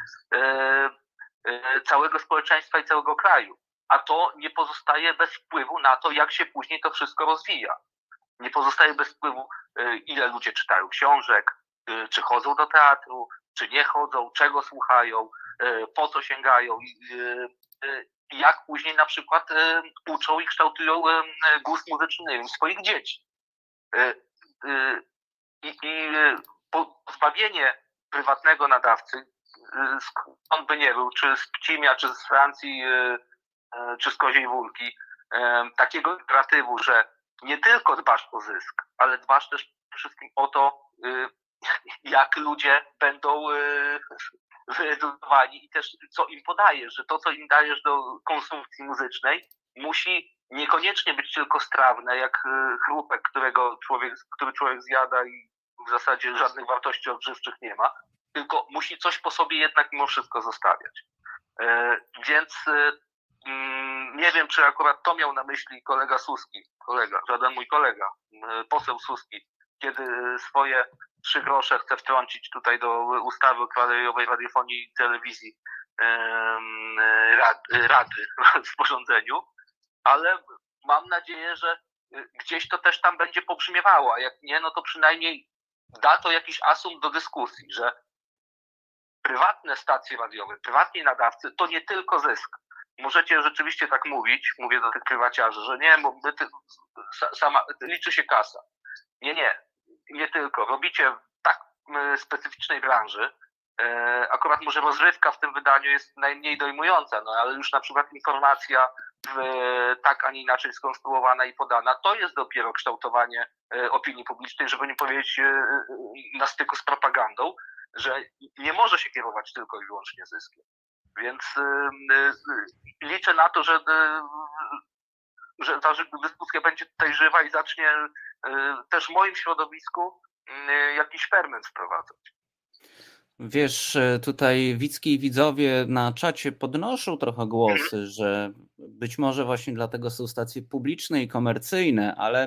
całego społeczeństwa i całego kraju. A to nie pozostaje bez wpływu na to, jak się później to wszystko rozwija. Nie pozostaje bez wpływu, ile ludzie czytają książek, czy chodzą do teatru, czy nie chodzą, czego słuchają, po co sięgają, jak później na przykład uczą i kształtują gust muzyczny swoich dzieci. I pozbawienie prywatnego nadawcy, skąd by nie był, czy z Pcimia, czy z Francji, czy z Koziej Wólki, takiego imperatywu, że nie tylko dbasz o zysk, ale dbasz też przede wszystkim o to, jak ludzie będą wyedukowani i też co im podajesz, że to, co im dajesz do konsumpcji muzycznej, musi niekoniecznie być tylko strawne, jak chrupek, który człowiek zjada i w zasadzie żadnych wartości odżywczych nie ma, tylko musi coś po sobie jednak mimo wszystko zostawiać. Więc nie wiem, czy akurat to miał na myśli kolega Suski, żaden mój kolega, poseł Suski, kiedy swoje 3 grosze chce wtrącić tutaj do ustawy o krajowej radiofonii i telewizji rady w rozporządzeniu, ale mam nadzieję, że gdzieś to też tam będzie pobrzmiewało, a jak nie, no to przynajmniej da to jakiś asumpt do dyskusji, że prywatne stacje radiowe, prywatni nadawcy to nie tylko zysk. Możecie rzeczywiście tak mówić, mówię do tych prywaciarzy, że nie, bo liczy się kasa. Nie tylko. Robicie w tak specyficznej branży, akurat może rozrywka w tym wydaniu jest najmniej dojmująca, no ale już na przykład informacja tak, a nie inaczej skonstruowana i podana, to jest dopiero kształtowanie opinii publicznej, żeby nie powiedzieć na styku z propagandą, że nie może się kierować tylko i wyłącznie zyskiem. Więc liczę na to, że ta dyskusja będzie tutaj żywa i zacznie też w moim środowisku jakiś ferment wprowadzać. Wiesz, tutaj widzki i widzowie na czacie podnoszą trochę głosy, że być może właśnie dlatego są stacje publiczne i komercyjne, ale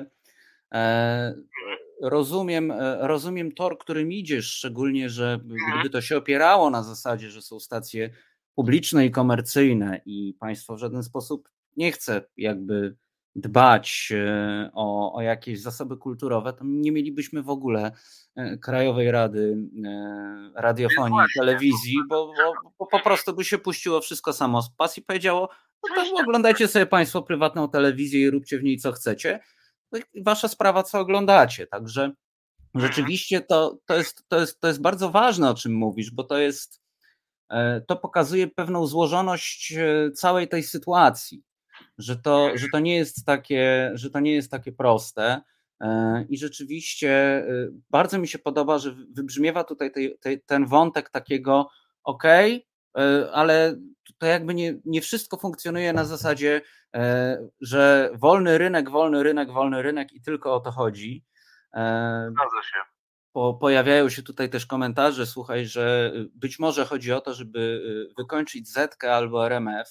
rozumiem tor, którym idziesz, szczególnie, że gdyby to się opierało na zasadzie, że są stacje publiczne i komercyjne i państwo w żaden sposób nie chce jakby dbać o jakieś zasoby kulturowe, to nie mielibyśmy w ogóle Krajowej Rady Radiofonii i Telewizji, bo po prostu by się puściło wszystko samo z pas i powiedziało, no to oglądajcie sobie państwo prywatną telewizję i róbcie w niej co chcecie. Wasza sprawa, co oglądacie. Także rzeczywiście to jest bardzo ważne, o czym mówisz, bo to pokazuje pewną złożoność całej tej sytuacji, że to nie jest takie proste. I rzeczywiście bardzo mi się podoba, że wybrzmiewa tutaj ten wątek takiego ale to jakby nie wszystko funkcjonuje na zasadzie, że wolny rynek i tylko o to chodzi. Zgadza się. Pojawiają się tutaj też komentarze, słuchaj, że być może chodzi o to, żeby wykończyć Zetkę albo RMF.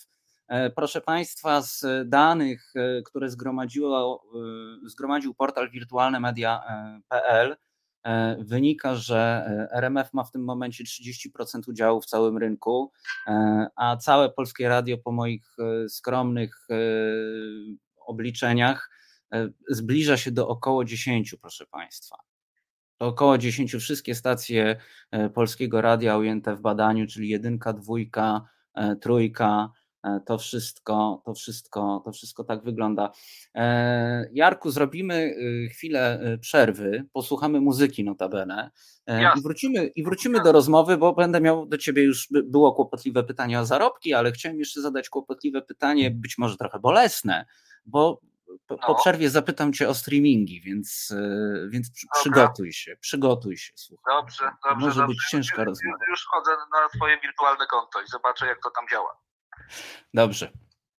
Proszę Państwa, z danych, które zgromadził portal wirtualnemedia.pl, wynika, że RMF ma w tym momencie 30% udziału w całym rynku, a całe Polskie Radio po moich skromnych obliczeniach zbliża się do około 10, proszę Państwa. To około 10 wszystkie stacje Polskiego Radia ujęte w badaniu, czyli 1, 2, 3, to wszystko tak wygląda. Jarku, zrobimy chwilę przerwy, posłuchamy muzyki notabene i wrócimy do rozmowy, bo będę miał do ciebie, już było kłopotliwe pytanie o zarobki, ale chciałem jeszcze zadać kłopotliwe pytanie, być może trochę bolesne, bo po przerwie zapytam cię o streamingi, więc przygotuj się. Słuchaj. Dobrze. Może być ciężka rozmowa. Już wchodzę na swoje wirtualne konto i zobaczę, jak to tam działa. Dobrze.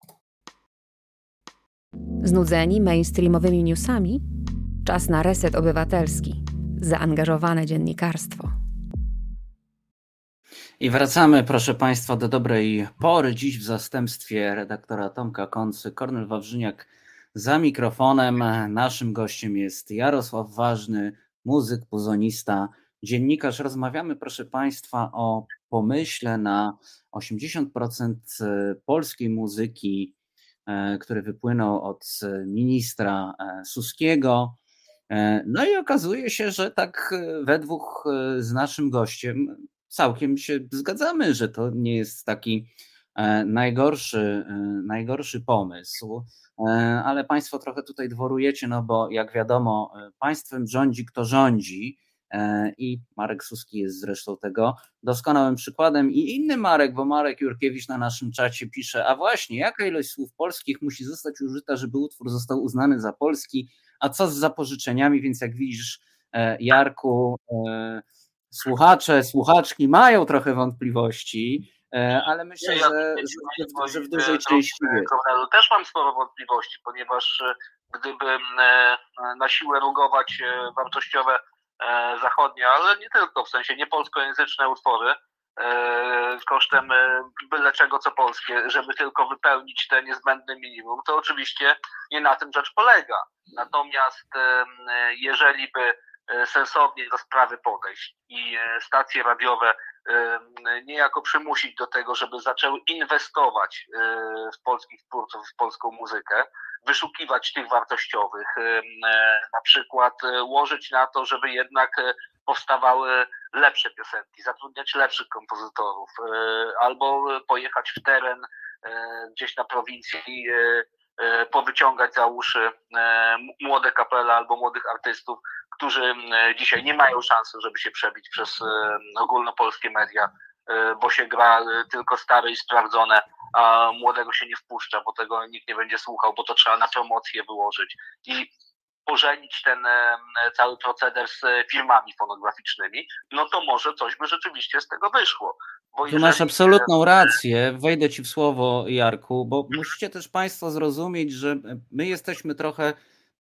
Znudzeni mainstreamowymi newsami? Czas na reset obywatelski. Zaangażowane dziennikarstwo. I wracamy, proszę Państwa, do dobrej pory. Dziś w zastępstwie redaktora Tomka Koncy, Kornel Wawrzyniak za mikrofonem. Naszym gościem jest Jarosław Ważny, muzyk, puzonista, dziennikarz. Rozmawiamy, proszę Państwa, o pomyśle na 80% polskiej muzyki, który wypłynął od ministra Suskiego. No i okazuje się, że tak we dwóch z naszym gościem całkiem się zgadzamy, że to nie jest taki najgorszy pomysł, ale Państwo trochę tutaj dworujecie, no bo jak wiadomo, państwem rządzi kto rządzi i Marek Suski jest zresztą tego doskonałym przykładem i inny Marek, bo Marek Jurkiewicz na naszym czacie pisze, a właśnie, jaka ilość słów polskich musi zostać użyta, żeby utwór został uznany za polski, a co z zapożyczeniami, więc jak widzisz, Jarku, słuchacze, słuchaczki mają trochę wątpliwości, ale myślę, że w dużej części jest. Też mam sporo wątpliwości, ponieważ gdyby na siłę rugować wartościowe zachodnie, ale nie tylko, w sensie niepolskojęzyczne utwory kosztem byle czego co polskie, żeby tylko wypełnić te niezbędne minimum, to oczywiście nie na tym rzecz polega. Natomiast jeżeli by sensownie do sprawy podejść i stacje radiowe niejako przymusić do tego, żeby zaczęły inwestować w polskich twórców, w polską muzykę, wyszukiwać tych wartościowych, na przykład łożyć na to, żeby jednak powstawały lepsze piosenki, zatrudniać lepszych kompozytorów, albo pojechać w teren gdzieś na prowincji, powyciągać za uszy młode kapele albo młodych artystów, którzy dzisiaj nie mają szansy, żeby się przebić przez ogólnopolskie media, bo się gra tylko stare i sprawdzone, a młodego się nie wpuszcza, bo tego nikt nie będzie słuchał, bo to trzeba na promocję wyłożyć i pożenić ten cały proceder z firmami fonograficznymi, no to może coś by rzeczywiście z tego wyszło. Bo tu masz absolutną rację, wejdę Ci w słowo, Jarku, bo musicie też Państwo zrozumieć, że my jesteśmy trochę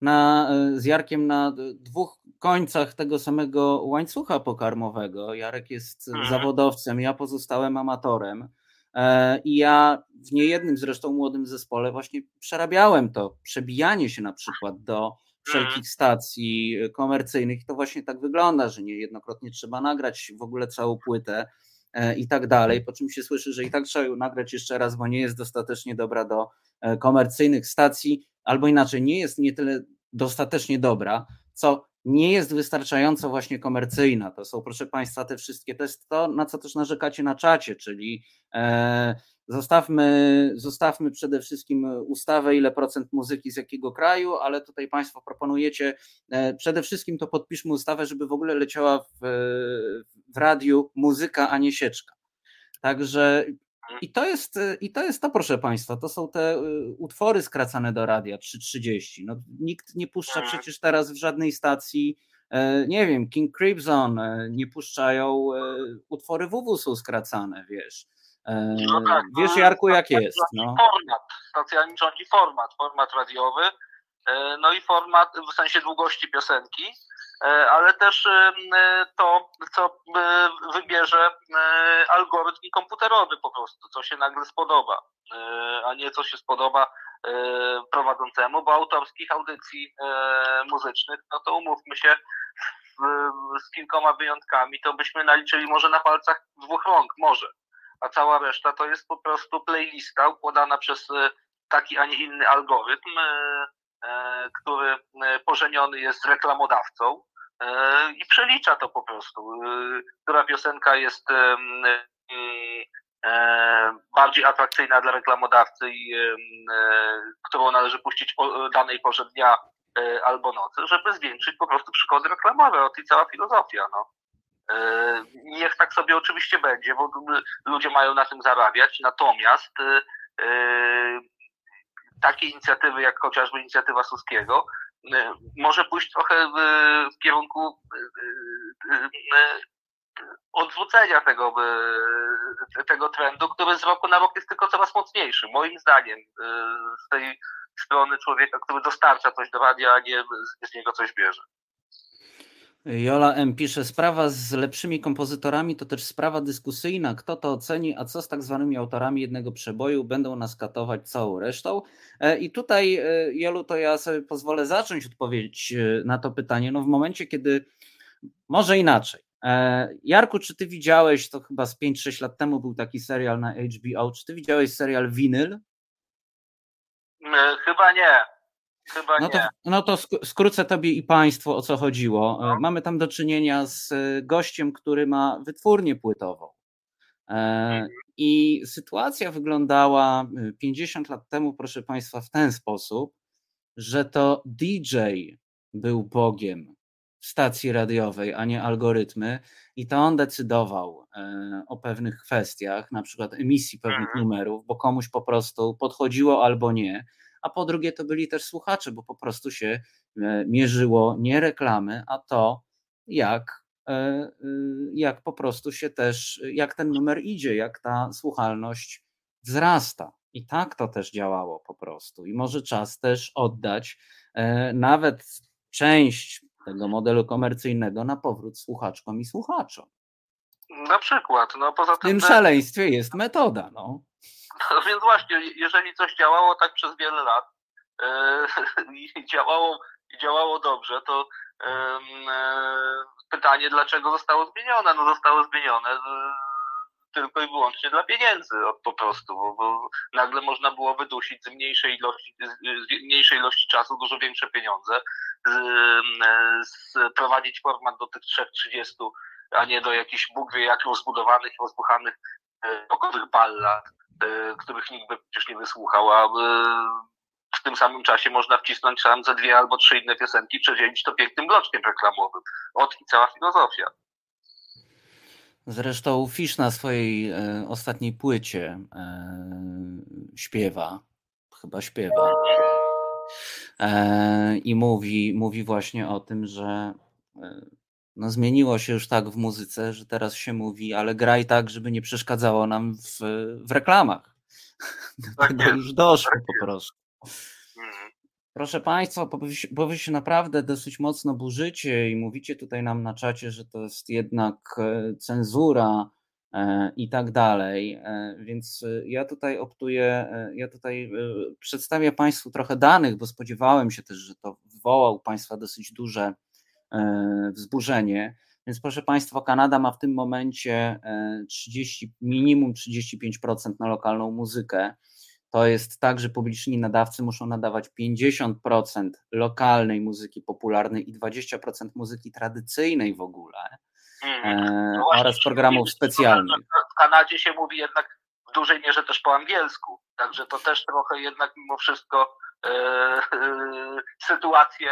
z Jarkiem na dwóch końcach tego samego łańcucha pokarmowego. Jarek jest zawodowcem, ja pozostałem amatorem i ja w niejednym zresztą młodym zespole właśnie przerabiałem to, przebijanie się na przykład do wszelkich stacji komercyjnych. To właśnie tak wygląda, że niejednokrotnie trzeba nagrać w ogóle całą płytę i tak dalej, po czym się słyszy, że i tak trzeba ją nagrać jeszcze raz, bo nie jest dostatecznie dobra do komercyjnych stacji, albo inaczej, nie jest nie tyle dostatecznie dobra, co nie jest wystarczająco właśnie komercyjna. To są, proszę Państwa, te wszystkie, to jest to, na co też narzekacie na czacie, czyli zostawmy przede wszystkim ustawę, ile procent muzyki z jakiego kraju, ale tutaj Państwo proponujecie, przede wszystkim to podpiszmy ustawę, żeby w ogóle leciała w radiu muzyka, a nie sieczka. Także i to jest to, proszę Państwa, to są te utwory skracane do radia 3:30. No, nikt nie puszcza przecież teraz w żadnej stacji, nie wiem, King Crimson, nie puszczają, utwory WW są skracane, wiesz. No tak, wiesz, Jarku, jak jest. No. Stacjami rządzi format radiowy, no i format w sensie długości piosenki, ale też to, co wybierze algorytm komputerowy po prostu, co się nagle spodoba, a nie co się spodoba prowadzącemu, bo autorskich audycji muzycznych, no to umówmy się, z kilkoma wyjątkami, to byśmy naliczyli może na palcach 2 rąk, może. A cała reszta to jest po prostu playlista układana przez taki, a nie inny algorytm, który pożeniony jest z reklamodawcą i przelicza to po prostu, która piosenka jest bardziej atrakcyjna dla reklamodawcy i którą należy puścić o danej porze dnia albo nocy, żeby zwiększyć po prostu przychody reklamowe. O tej cała filozofia, no. Niech tak sobie oczywiście będzie, bo ludzie mają na tym zarabiać, natomiast takie inicjatywy jak chociażby inicjatywa Suskiego może pójść trochę w kierunku odwrócenia tego trendu, który z roku na rok jest tylko coraz mocniejszy. Moim zdaniem z tej strony człowieka, który dostarcza coś do radia, a nie z niego coś bierze. Jola M. pisze, sprawa z lepszymi kompozytorami to też sprawa dyskusyjna. Kto to oceni, a co z tak zwanymi autorami jednego przeboju? Będą nas katować całą resztą? I tutaj, Jolu, to ja sobie pozwolę zacząć odpowiedź na to pytanie. No w momencie, kiedy, może inaczej. Jarku, czy ty widziałeś, to chyba z 5-6 lat temu był taki serial na HBO, czy ty widziałeś serial Winyl? Chyba nie. No to skrócę tobie i państwu, o co chodziło. No. Mamy tam do czynienia z gościem, który ma wytwórnię płytową. I sytuacja wyglądała 50 lat temu, proszę państwa, w ten sposób, że to DJ był Bogiem w stacji radiowej, a nie algorytmy, i to on decydował o pewnych kwestiach, na przykład emisji pewnych numerów, bo komuś po prostu podchodziło albo nie. A po drugie to byli też słuchacze, bo po prostu się mierzyło nie reklamy, a to jak po prostu się też, jak ten numer idzie, jak ta słuchalność wzrasta. I tak to też działało po prostu. I może czas też oddać nawet część tego modelu komercyjnego na powrót słuchaczkom i słuchaczom. Na przykład. No, poza tym, w tym szaleństwie jest metoda. No więc właśnie, jeżeli coś działało tak przez wiele lat i działało dobrze, to pytanie, dlaczego zostało zmienione? No zostało zmienione tylko i wyłącznie dla pieniędzy po prostu, bo nagle można było wydusić z mniejszej ilości czasu dużo większe pieniądze, sprowadzić format do tych 3:30, a nie do jakichś Bóg wie jak rozbudowanych i rozbuchanych pokowych ballad, których nikt by przecież nie wysłuchał, a w tym samym czasie można wcisnąć tam ze 2 albo 3 inne piosenki i przedzielić to pięknym bloczkiem reklamowym. I cała filozofia. Zresztą Fish na swojej ostatniej płycie śpiewa i mówi właśnie o tym, że no zmieniło się już tak w muzyce, że teraz się mówi, ale graj tak, żeby nie przeszkadzało nam w reklamach. Do tego już doszło po prostu. Proszę Państwa, bo wy się naprawdę dosyć mocno burzycie i mówicie tutaj nam na czacie, że to jest jednak cenzura i tak dalej, więc ja tutaj przedstawię Państwu trochę danych, bo spodziewałem się też, że to wywoła u Państwa dosyć duże wzburzenie. Więc proszę Państwa, Kanada ma w tym momencie minimum 35% na lokalną muzykę. To jest tak, że publiczni nadawcy muszą nadawać 50% lokalnej muzyki popularnej i 20% muzyki tradycyjnej w ogóle oraz programów specjalnych. W Kanadzie się mówi jednak w dużej mierze też po angielsku, także to też trochę jednak mimo wszystko sytuację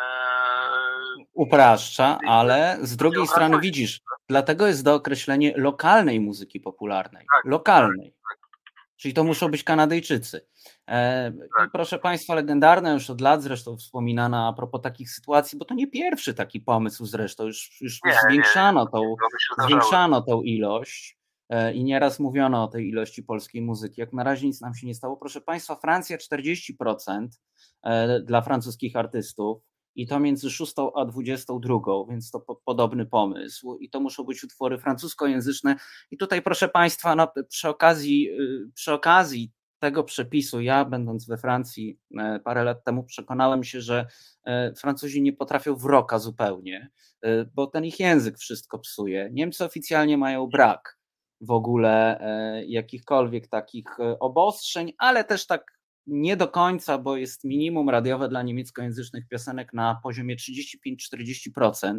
upraszcza, ale z drugiej strony widzisz, dlatego jest dookreślenie lokalnej muzyki popularnej. Lokalnej. Czyli to muszą być Kanadyjczycy. I proszę Państwa, legendarna już od lat zresztą wspominana a propos takich sytuacji, bo to nie pierwszy taki pomysł zresztą, już zwiększano tą ilość i nieraz mówiono o tej ilości polskiej muzyki. Jak na razie nic nam się nie stało. Proszę Państwa, Francja 40% dla francuskich artystów, i to między 6 a 22, więc to podobny pomysł. I to muszą być utwory francuskojęzyczne. I tutaj, proszę Państwa, no, przy okazji tego przepisu, ja będąc we Francji parę lat temu, przekonałem się, że Francuzi nie potrafią w rocka zupełnie, bo ten ich język wszystko psuje. Niemcy oficjalnie mają brak w ogóle jakichkolwiek takich obostrzeń, ale też tak nie do końca, bo jest minimum radiowe dla niemieckojęzycznych piosenek na poziomie 35-40%.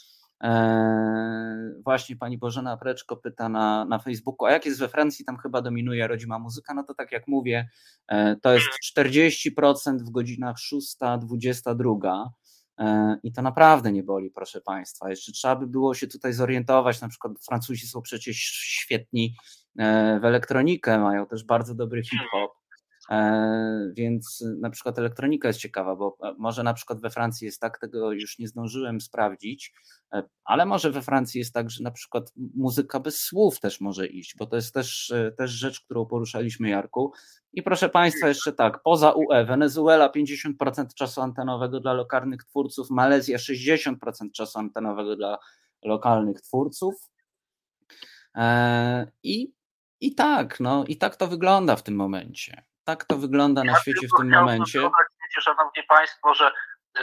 Właśnie pani Bożena Preczko pyta na Facebooku, a jak jest we Francji, tam chyba dominuje rodzima muzyka, no to tak jak mówię, to jest 40% w godzinach 6-22 i to naprawdę nie boli, proszę Państwa. Jeszcze trzeba by było się tutaj zorientować, na przykład Francuzi są przecież świetni w elektronikę, mają też bardzo dobry hip-hop, więc na przykład elektronika jest ciekawa, bo może na przykład we Francji jest tak, tego już nie zdążyłem sprawdzić, ale może we Francji jest tak, że na przykład muzyka bez słów też może iść, bo to jest też rzecz, którą poruszaliśmy, Jarku. I proszę Państwa, jeszcze tak, poza UE, Wenezuela 50% czasu antenowego dla lokalnych twórców, Malezja 60% czasu antenowego dla lokalnych twórców. I tak to wygląda w tym momencie. Tak to wygląda na świecie w tym momencie. Wiecie, szanowni Państwo, że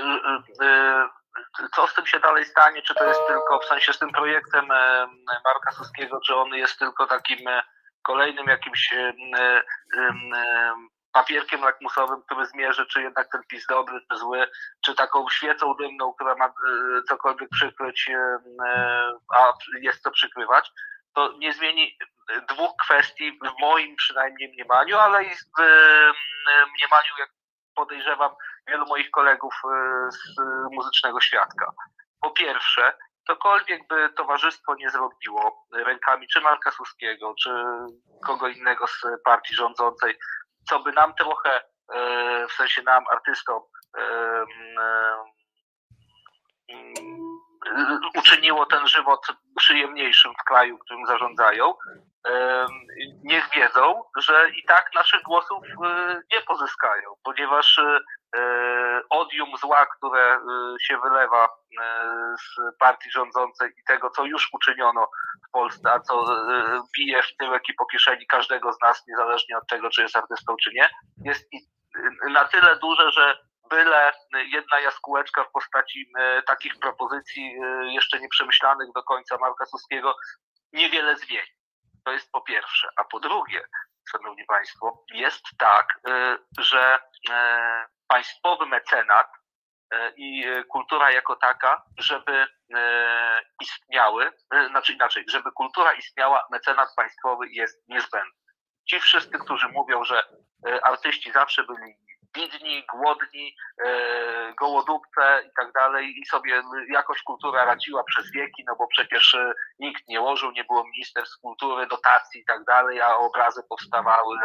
co z tym się dalej stanie, czy to jest tylko, w sensie z tym projektem Marka Suskiego, czy on jest tylko takim kolejnym jakimś papierkiem lakmusowym, który zmierzy, czy jednak ten PiS dobry, czy zły, czy taką świecą dymną, która ma cokolwiek przykryć, a jest co przykrywać, to nie zmieni dwóch kwestii w moim przynajmniej mniemaniu, ale i w mniemaniu, jak podejrzewam, wielu moich kolegów z muzycznego świadka. Po pierwsze, cokolwiek by towarzystwo nie zrobiło rękami czy Marka Suskiego, czy kogo innego z partii rządzącej, co by nam trochę, w sensie nam, artystom, uczyniło ten żywot przyjemniejszym w kraju, którym zarządzają, niech wiedzą, że i tak naszych głosów nie pozyskają, ponieważ odium zła, które się wylewa z partii rządzącej i tego, co już uczyniono w Polsce, a co bije w tyłek i po kieszeni każdego z nas, niezależnie od tego, czy jest artystą, czy nie, jest na tyle duże, że byle jedna jaskółeczka w postaci takich propozycji jeszcze nieprzemyślanych do końca Marka Suskiego niewiele zmieni. To jest po pierwsze. A po drugie, szanowni Państwo, jest tak, że państwowy mecenat i kultura jako taka, żeby istniały, znaczy inaczej, żeby kultura istniała, mecenat państwowy jest niezbędny. Ci wszyscy, którzy mówią, że artyści zawsze byli bidni, głodni, gołodupce i tak dalej i sobie jakoś kultura radziła przez wieki, no bo przecież nikt nie łożył, nie było ministerstw kultury, dotacji i tak dalej, a obrazy powstawały,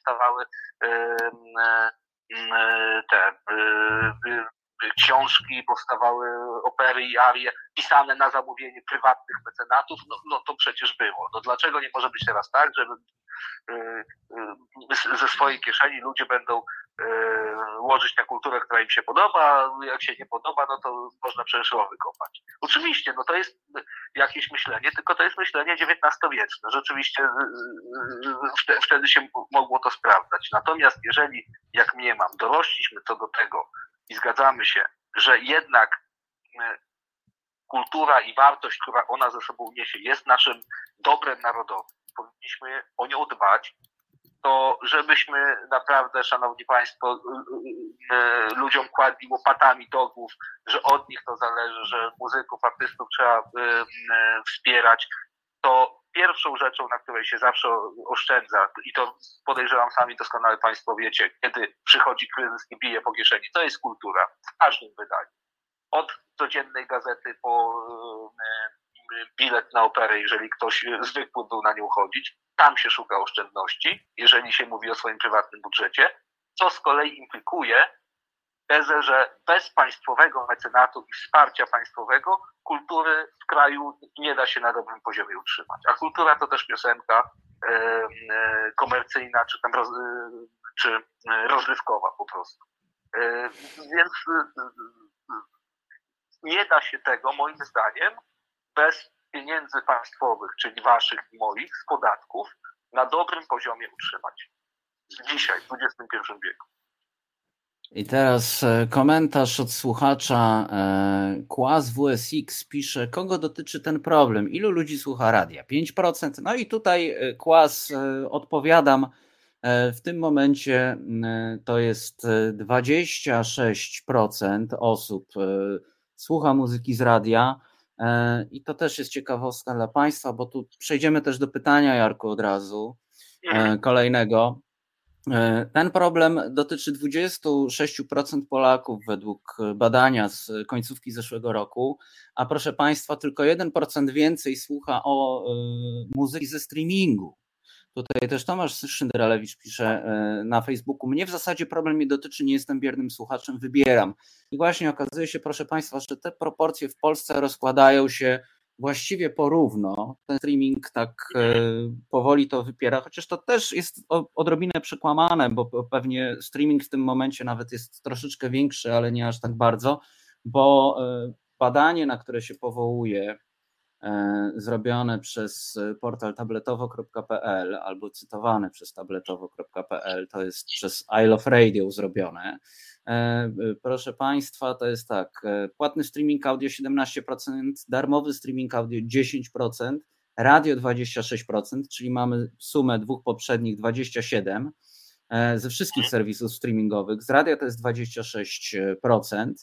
te książki, powstawały opery i arie pisane na zamówienie prywatnych mecenatów, no to przecież było. No dlaczego nie może być teraz tak, że ze swojej kieszeni ludzie będą łożyć na kulturę, która im się podoba, a jak się nie podoba, no to można przecież rowy kopać. Oczywiście, no to jest jakieś myślenie, tylko to jest myślenie XIX-wieczne. Rzeczywiście wtedy się mogło to sprawdzać. Natomiast jeżeli, jak mniemam, dorośliśmy co do tego i zgadzamy się, że jednak kultura i wartość, która ona ze sobą niesie, jest naszym dobrem narodowym, powinniśmy o nią dbać, to żebyśmy naprawdę, szanowni Państwo, ludziom kładli łopatami do głów, że od nich to zależy, że muzyków, artystów trzeba wspierać, to pierwszą rzeczą, na której się zawsze oszczędza, i to podejrzewam sami doskonale Państwo wiecie, kiedy przychodzi kryzys i bije po kieszeni, to jest kultura w każdym wydaniu. Od codziennej gazety po bilet na operę, jeżeli ktoś zwykły był na nią chodzić, tam się szuka oszczędności, jeżeli się mówi o swoim prywatnym budżecie, co z kolei implikuje tezę, że bez państwowego mecenatu i wsparcia państwowego kultury w kraju nie da się na dobrym poziomie utrzymać. A kultura to też piosenka komercyjna, czy rozrywkowa po prostu. Więc nie da się tego, moim zdaniem, bez pieniędzy państwowych, czyli waszych i moich, z podatków, na dobrym poziomie utrzymać. Dzisiaj, w XXI wieku. I teraz komentarz od słuchacza. Kłas WSX pisze, kogo dotyczy ten problem? Ilu ludzi słucha radia? 5%? No i tutaj Kłas odpowiadam. W tym momencie to jest 26% osób słucha muzyki z radia. I to też jest ciekawostka dla Państwa, bo tu przejdziemy też do pytania, Jarku, od razu kolejnego. Ten problem dotyczy 26% Polaków według badania z końcówki zeszłego roku, a proszę Państwa, tylko 1% więcej słucha o muzyki ze streamingu. Tutaj też Tomasz Szynderelewicz pisze na Facebooku, mnie w zasadzie problem nie dotyczy, nie jestem biernym słuchaczem, wybieram. I właśnie okazuje się, proszę Państwa, że te proporcje w Polsce rozkładają się właściwie porówno. Ten streaming tak powoli to wypiera, chociaż to też jest odrobinę przekłamane, bo pewnie streaming w tym momencie nawet jest troszeczkę większy, ale nie aż tak bardzo, bo badanie, na które się powołuje, zrobione przez portal tabletowo.pl albo cytowane przez tabletowo.pl, to jest przez I Love Radio zrobione. Proszę Państwa, to jest tak, płatny streaming audio 17%, darmowy streaming audio 10%, radio 26%, czyli mamy sumę dwóch poprzednich 27%, ze wszystkich serwisów streamingowych, z radia to jest 26%,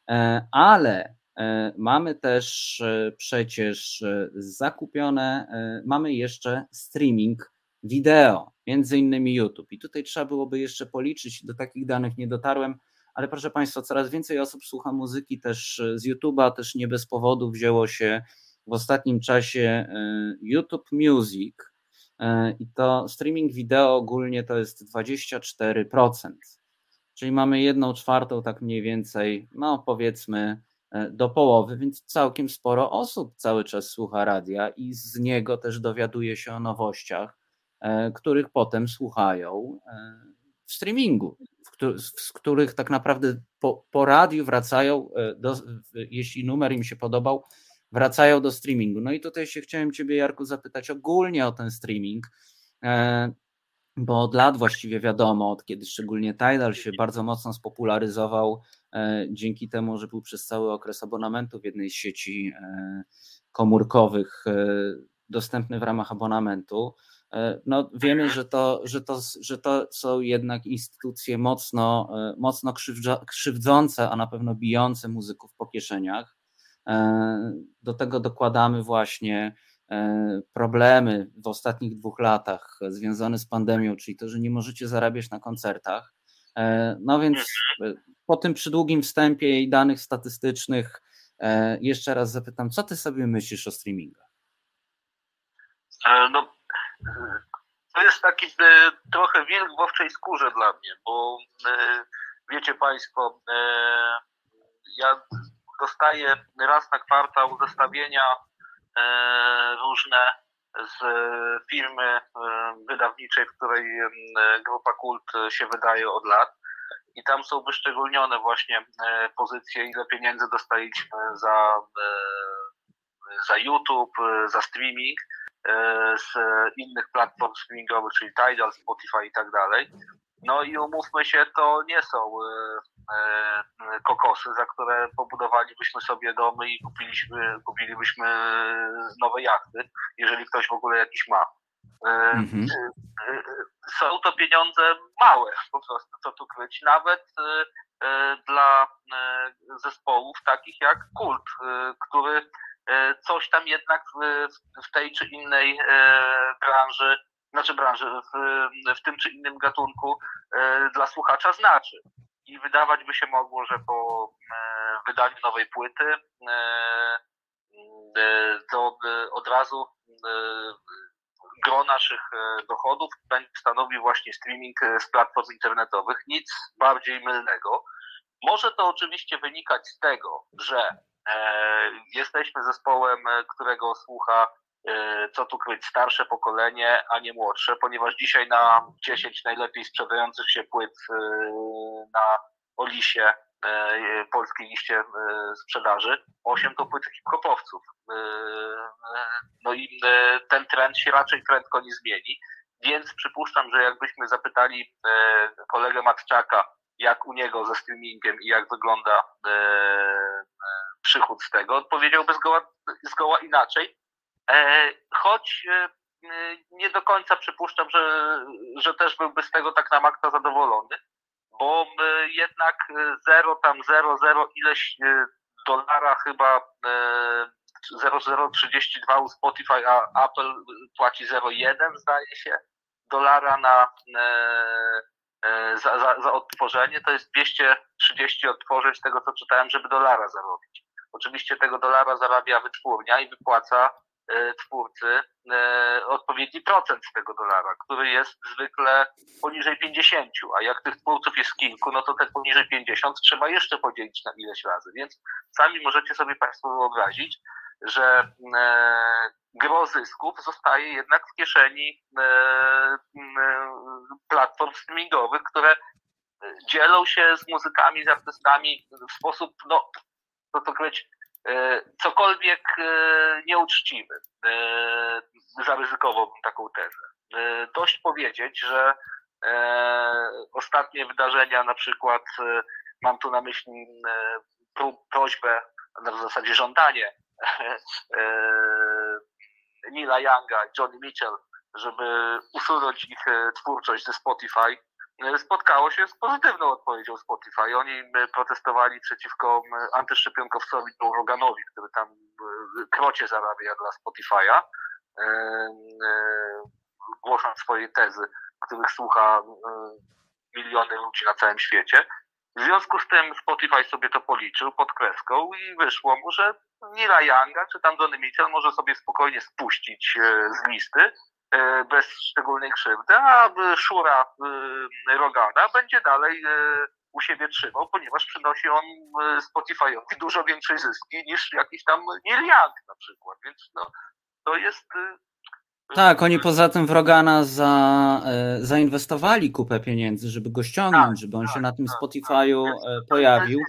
ale mamy też przecież zakupione, mamy jeszcze streaming wideo, między innymi YouTube. I tutaj trzeba byłoby jeszcze policzyć, do takich danych nie dotarłem, ale proszę Państwa, coraz więcej osób słucha muzyki też z YouTube'a, też nie bez powodu wzięło się w ostatnim czasie YouTube Music i to streaming wideo ogólnie to jest 24%, czyli mamy 1/4 tak mniej więcej, no powiedzmy do połowy, więc całkiem sporo osób cały czas słucha radia i z niego też dowiaduje się o nowościach, których potem słuchają w streamingu, z których tak naprawdę po radiu wracają, jeśli numer im się podobał, wracają do streamingu. No i tutaj się chciałem Ciebie, Jarku, zapytać ogólnie o ten streaming, bo od lat właściwie wiadomo, od kiedy szczególnie Tidal się bardzo mocno spopularyzował, dzięki temu, że był przez cały okres abonamentu w jednej z sieci komórkowych dostępny w ramach abonamentu. No wiemy, że to są jednak instytucje mocno krzywdzące, a na pewno bijące muzyków po kieszeniach. Do tego dokładamy właśnie problemy w ostatnich 2 latach związane z pandemią, czyli to, że nie możecie zarabiać na koncertach. No więc po tym przydługim wstępie i danych statystycznych jeszcze raz zapytam, co ty sobie myślisz o streamingach? No, to jest taki trochę wilk w owczej skórze dla mnie, bo wiecie Państwo, ja dostaję raz na kwartał zestawienia różne z firmy wydawniczej, w której Grupa Kult się wydaje od lat i tam są wyszczególnione właśnie pozycje, ile pieniędzy dostaliśmy za YouTube, za streaming z innych platform streamingowych, czyli Tidal, Spotify i tak dalej. No i umówmy się, to nie są kokosy, za które pobudowalibyśmy sobie domy i kupilibyśmy nowe jachty, jeżeli ktoś w ogóle jakiś ma. Są to pieniądze małe, po prostu, co tu kryć, nawet dla zespołów takich jak Kult, który coś tam jednak w tej czy innej branży, w tym czy innym gatunku dla słuchacza znaczy. I wydawać by się mogło, że po wydaniu nowej płyty to od razu gro naszych dochodów będzie stanowił właśnie streaming z platform internetowych. Nic bardziej mylnego. Może to oczywiście wynikać z tego, że jesteśmy zespołem, którego słucha, co tu kryć, starsze pokolenie, a nie młodsze, ponieważ dzisiaj na 10 najlepiej sprzedających się płyt na Olisie polskiej liście sprzedaży, 8 to płyty hip-hopowców. No i ten trend się raczej prędko nie zmieni, więc przypuszczam, że jakbyśmy zapytali kolegę Matczaka, jak u niego ze streamingiem i jak wygląda przychód z tego, odpowiedziałby zgoła inaczej, choć nie do końca przypuszczam, że też byłby z tego tak na maksa zadowolony, bo jednak 0,00 ileś dolara chyba 0,032 u Spotify, a Apple płaci 0,1 zdaje się dolara za odtworzenie. To jest 230 odtworzeń z tego, co czytałem, żeby dolara zarobić. Oczywiście tego dolara zarabia wytwórnia i wypłaca twórcy odpowiedni procent z tego dolara, który jest zwykle poniżej 50, a jak tych twórców jest kilku, no to te poniżej 50 trzeba jeszcze podzielić na ileś razy, więc sami możecie sobie Państwo wyobrazić, że gro zysków zostaje jednak w kieszeni platform streamingowych, które dzielą się z muzykami, z artystami w sposób, no, co to powiedzieć, cokolwiek nieuczciwy. Zaryzykowałbym taką tezę. Dość powiedzieć, że ostatnie wydarzenia, na przykład mam tu na myśli prośbę, w zasadzie żądanie Neila Younga i Johnny Mitchell, żeby usunąć ich twórczość ze Spotify, spotkało się z pozytywną odpowiedzią Spotify. Oni protestowali przeciwko antyszczepionkowcowi Joe Roganowi, który tam krocie zarabia dla Spotify'a, głosząc swoje tezy, których słucha miliony ludzi na całym świecie. W związku z tym Spotify sobie to policzył pod kreską i wyszło mu, że Neila Younga czy tam Johnny Mitchell może sobie spokojnie spuścić z listy bez szczególnej krzywdy, a Szura Rogana będzie dalej u siebie trzymał, ponieważ przynosi on Spotify'owi dużo większe zyski niż jakiś tam Neil Young na przykład, więc no, to jest... Tak, oni poza tym w Rogana zainwestowali kupę pieniędzy, żeby go ściągnąć, żeby on się na tym Spotify'u pojawił.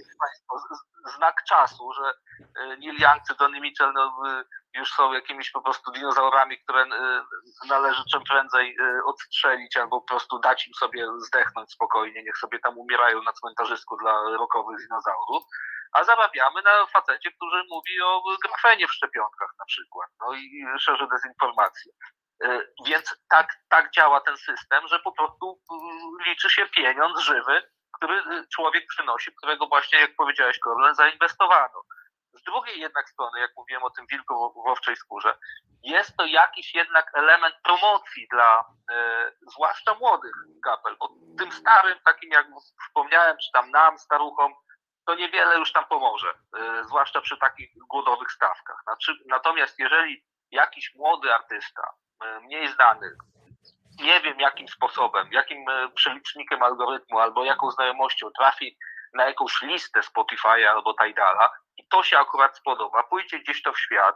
Znak czasu, że Neil Young czy Johnny Mitchell już są jakimiś po prostu dinozaurami, które należy czym prędzej odstrzelić albo po prostu dać im sobie zdechnąć spokojnie, niech sobie tam umierają na cmentarzysku dla rockowych dinozaurów, a zarabiamy na facecie, który mówi o grafenie w szczepionkach na przykład, no i szerzy dezinformację. Więc tak działa ten system, że po prostu liczy się pieniądz żywy, który człowiek przynosi, którego właśnie, jak powiedziałeś, Korlen, zainwestowano. Z drugiej jednak strony, jak mówiłem o tym wilku w owczej skórze, jest to jakiś jednak element promocji dla zwłaszcza młodych kapel, bo tym starym, takim jak wspomniałem, czy tam nam, staruchom, to niewiele już tam pomoże, zwłaszcza przy takich głodowych stawkach. Natomiast jeżeli jakiś młody artysta, mniej znany, nie wiem jakim sposobem, jakim przelicznikiem algorytmu albo jaką znajomością trafi na jakąś listę Spotify'a albo Tidala i to się akurat spodoba, pójdzie gdzieś to w świat,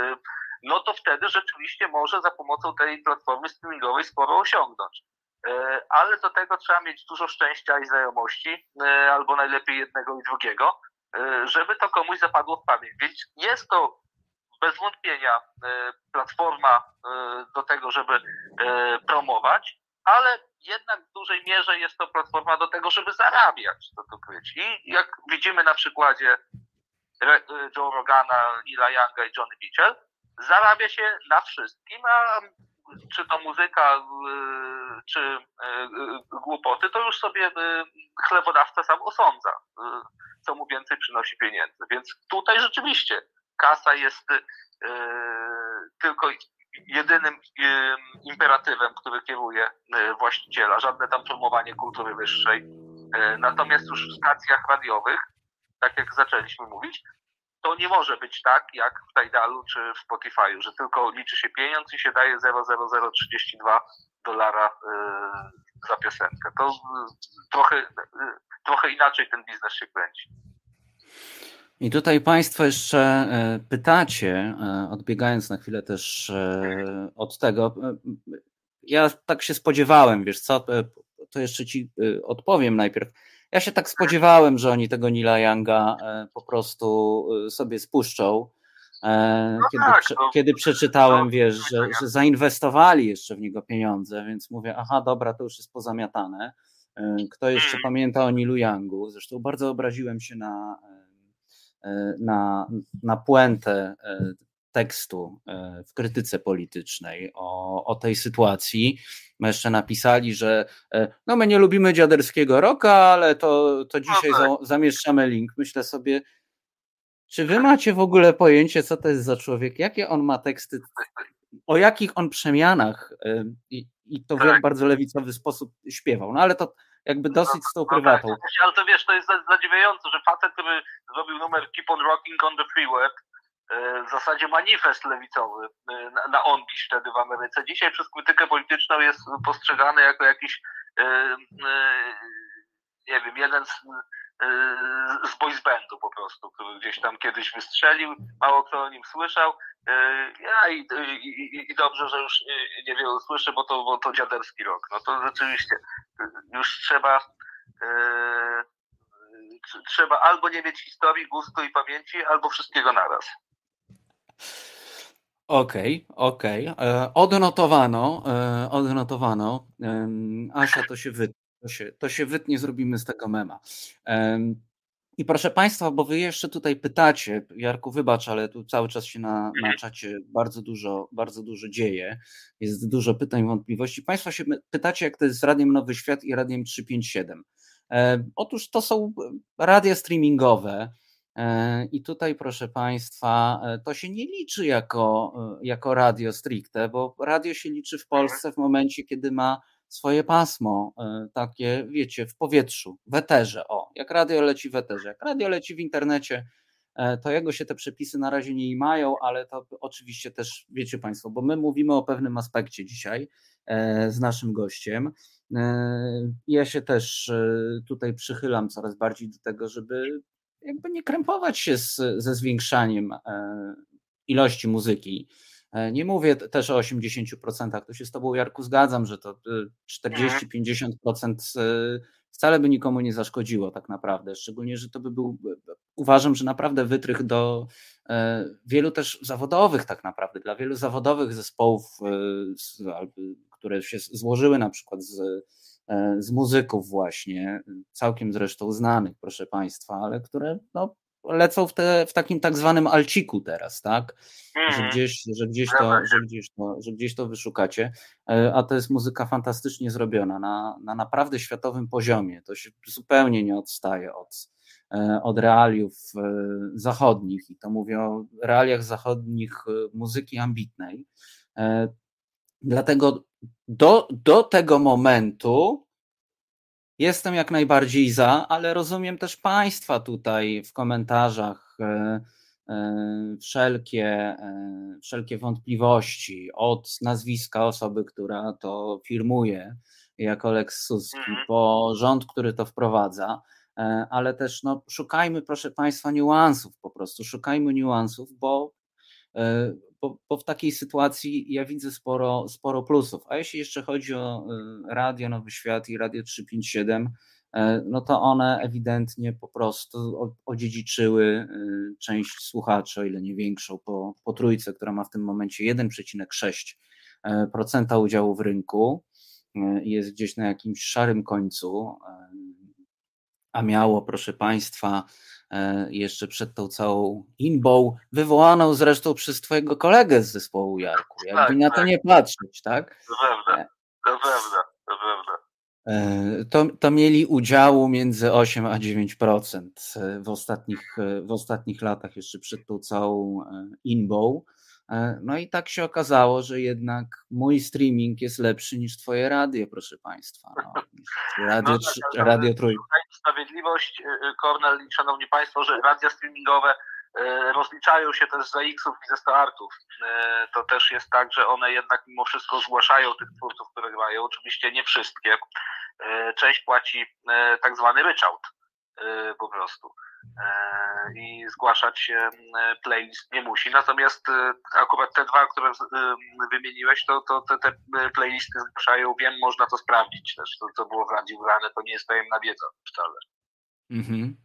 no to wtedy rzeczywiście może za pomocą tej platformy streamingowej sporo osiągnąć. Ale do tego trzeba mieć dużo szczęścia i znajomości, albo najlepiej jednego i drugiego, żeby to komuś zapadło w pamięć. Więc jest to bez wątpienia platforma do tego, żeby promować, ale jednak w dużej mierze jest to platforma do tego, żeby zarabiać, to być. I jak widzimy na przykładzie Joe Rogana, Neila Younga i Johnny Mitchell, zarabia się na wszystkim, a czy to muzyka, czy głupoty, to już sobie chlebodawca sam osądza, co mu więcej przynosi pieniędzy. Więc tutaj rzeczywiście kasa jest tylko jedynym imperatywem, który kieruje właściciela, żadne tam promowanie kultury wyższej. Natomiast już w stacjach radiowych, tak jak zaczęliśmy mówić, to nie może być tak jak w Tidalu czy w Spotify'u, że tylko liczy się pieniądz i się daje 0,0032 dolara za piosenkę. To trochę inaczej ten biznes się kręci. I tutaj Państwo jeszcze pytacie, odbiegając na chwilę też od tego, ja tak się spodziewałem, wiesz co, to jeszcze Ci odpowiem najpierw. Ja się tak spodziewałem, że oni tego Neila Younga po prostu sobie spuszczą. Kiedy przeczytałem, wiesz, że zainwestowali jeszcze w niego pieniądze, więc mówię, aha, dobra, to już jest pozamiatane. Kto jeszcze pamięta o Neilu Youngu? Zresztą bardzo obraziłem się na puentę tekstu w krytyce politycznej o tej sytuacji. My jeszcze napisali, że no my nie lubimy dziaderskiego rocka, ale to dzisiaj zamieszczamy link. Myślę sobie, czy wy macie w ogóle pojęcie, co to jest za człowiek? Jakie on ma teksty? O jakich on przemianach i to w jak bardzo lewicowy sposób śpiewał. No ale to jakby dosyć z tą prywatą. Ale to wiesz, to jest zadziwiające, że facet, który zrobił numer Keep on Rocking on the Free Web, w zasadzie manifest lewicowy na OnGiś wtedy w Ameryce, dzisiaj przez krytykę polityczną jest postrzegany jako jakiś nie wiem, jeden z boys bandu po prostu, który gdzieś tam kiedyś wystrzelił, mało kto o nim słyszał. I dobrze, że już niewielu słyszy, bo to dziaderski rok. No to rzeczywiście już trzeba albo nie mieć historii, gustu i pamięci, albo wszystkiego naraz. Okej. Odnotowano. Asia, to się wytnie, zrobimy z tego mema. I proszę Państwa, bo Wy jeszcze tutaj pytacie, Jarku, wybacz, ale tu cały czas się na czacie bardzo dużo dzieje, jest dużo pytań, wątpliwości. Państwo się pytacie, jak to jest z Radiem Nowy Świat i Radiem 357. Otóż to są radia streamingowe i tutaj, proszę Państwa, to się nie liczy jako radio stricte, bo radio się liczy w Polsce w momencie, kiedy ma swoje pasmo, takie, wiecie, w powietrzu, w eterze, jak radio leci w eterze, jak radio leci w internecie, to jego się te przepisy na razie nie mają, ale to oczywiście też wiecie Państwo, bo my mówimy o pewnym aspekcie dzisiaj z naszym gościem. Ja się też tutaj przychylam coraz bardziej do tego, żeby jakby nie krępować się ze zwiększaniem ilości muzyki. Nie mówię też o 80%, tu się z Tobą, Jarku, zgadzam, że to 40-50% wcale by nikomu nie zaszkodziło tak naprawdę, szczególnie, że to by był, uważam, że naprawdę wytrych do wielu też zawodowych tak naprawdę, dla wielu zawodowych zespołów, które się złożyły na przykład z muzyków właśnie, całkiem zresztą znanych, proszę Państwa, ale które lecą w takim tak zwanym alciku teraz, tak? Że gdzieś to wyszukacie, a to jest muzyka fantastycznie zrobiona na naprawdę światowym poziomie. To się zupełnie nie odstaje od realiów zachodnich i to mówię o realiach zachodnich muzyki ambitnej. Dlatego do tego momentu jestem jak najbardziej za, ale rozumiem też Państwa tutaj w komentarzach wszelkie wątpliwości od nazwiska osoby, która to firmuje jako Lex Suski, po rząd, który to wprowadza, ale też szukajmy, proszę Państwa, niuansów po prostu, szukajmy niuansów, bo w takiej sytuacji ja widzę sporo plusów. A jeśli jeszcze chodzi o Radio Nowy Świat i Radio 357, no to one ewidentnie po prostu odziedziczyły część słuchaczy, o ile nie większą, po Trójce, która ma w tym momencie 1,6% udziału w rynku, jest gdzieś na jakimś szarym końcu, a miało, proszę Państwa, jeszcze przed tą całą inbą, wywołaną zresztą przez Twojego kolegę z zespołu, Jarku, jakby na to nie patrzeć, tak? To prawda. To mieli udziału między 8 a 9% w ostatnich latach, jeszcze przed tą całą inbą. No i tak się okazało, że jednak mój streaming jest lepszy niż Twoje radio, proszę Państwa. Radio Trójka. Sprawiedliwość, Kornel i szanowni Państwo, że radia streamingowe rozliczają się też za X-ów i ze startów. To też jest tak, że one jednak mimo wszystko zgłaszają tych twórców, które grają. Oczywiście nie wszystkie. Część płaci tak zwany ryczałt po prostu. I zgłaszać się playlist nie musi. Natomiast akurat te dwa, które wymieniłeś, to te playlisty zgłaszają. Wiem, można to sprawdzić też. To, co było w radiu grane, to nie jest tajemna wiedza wcale. Mhm.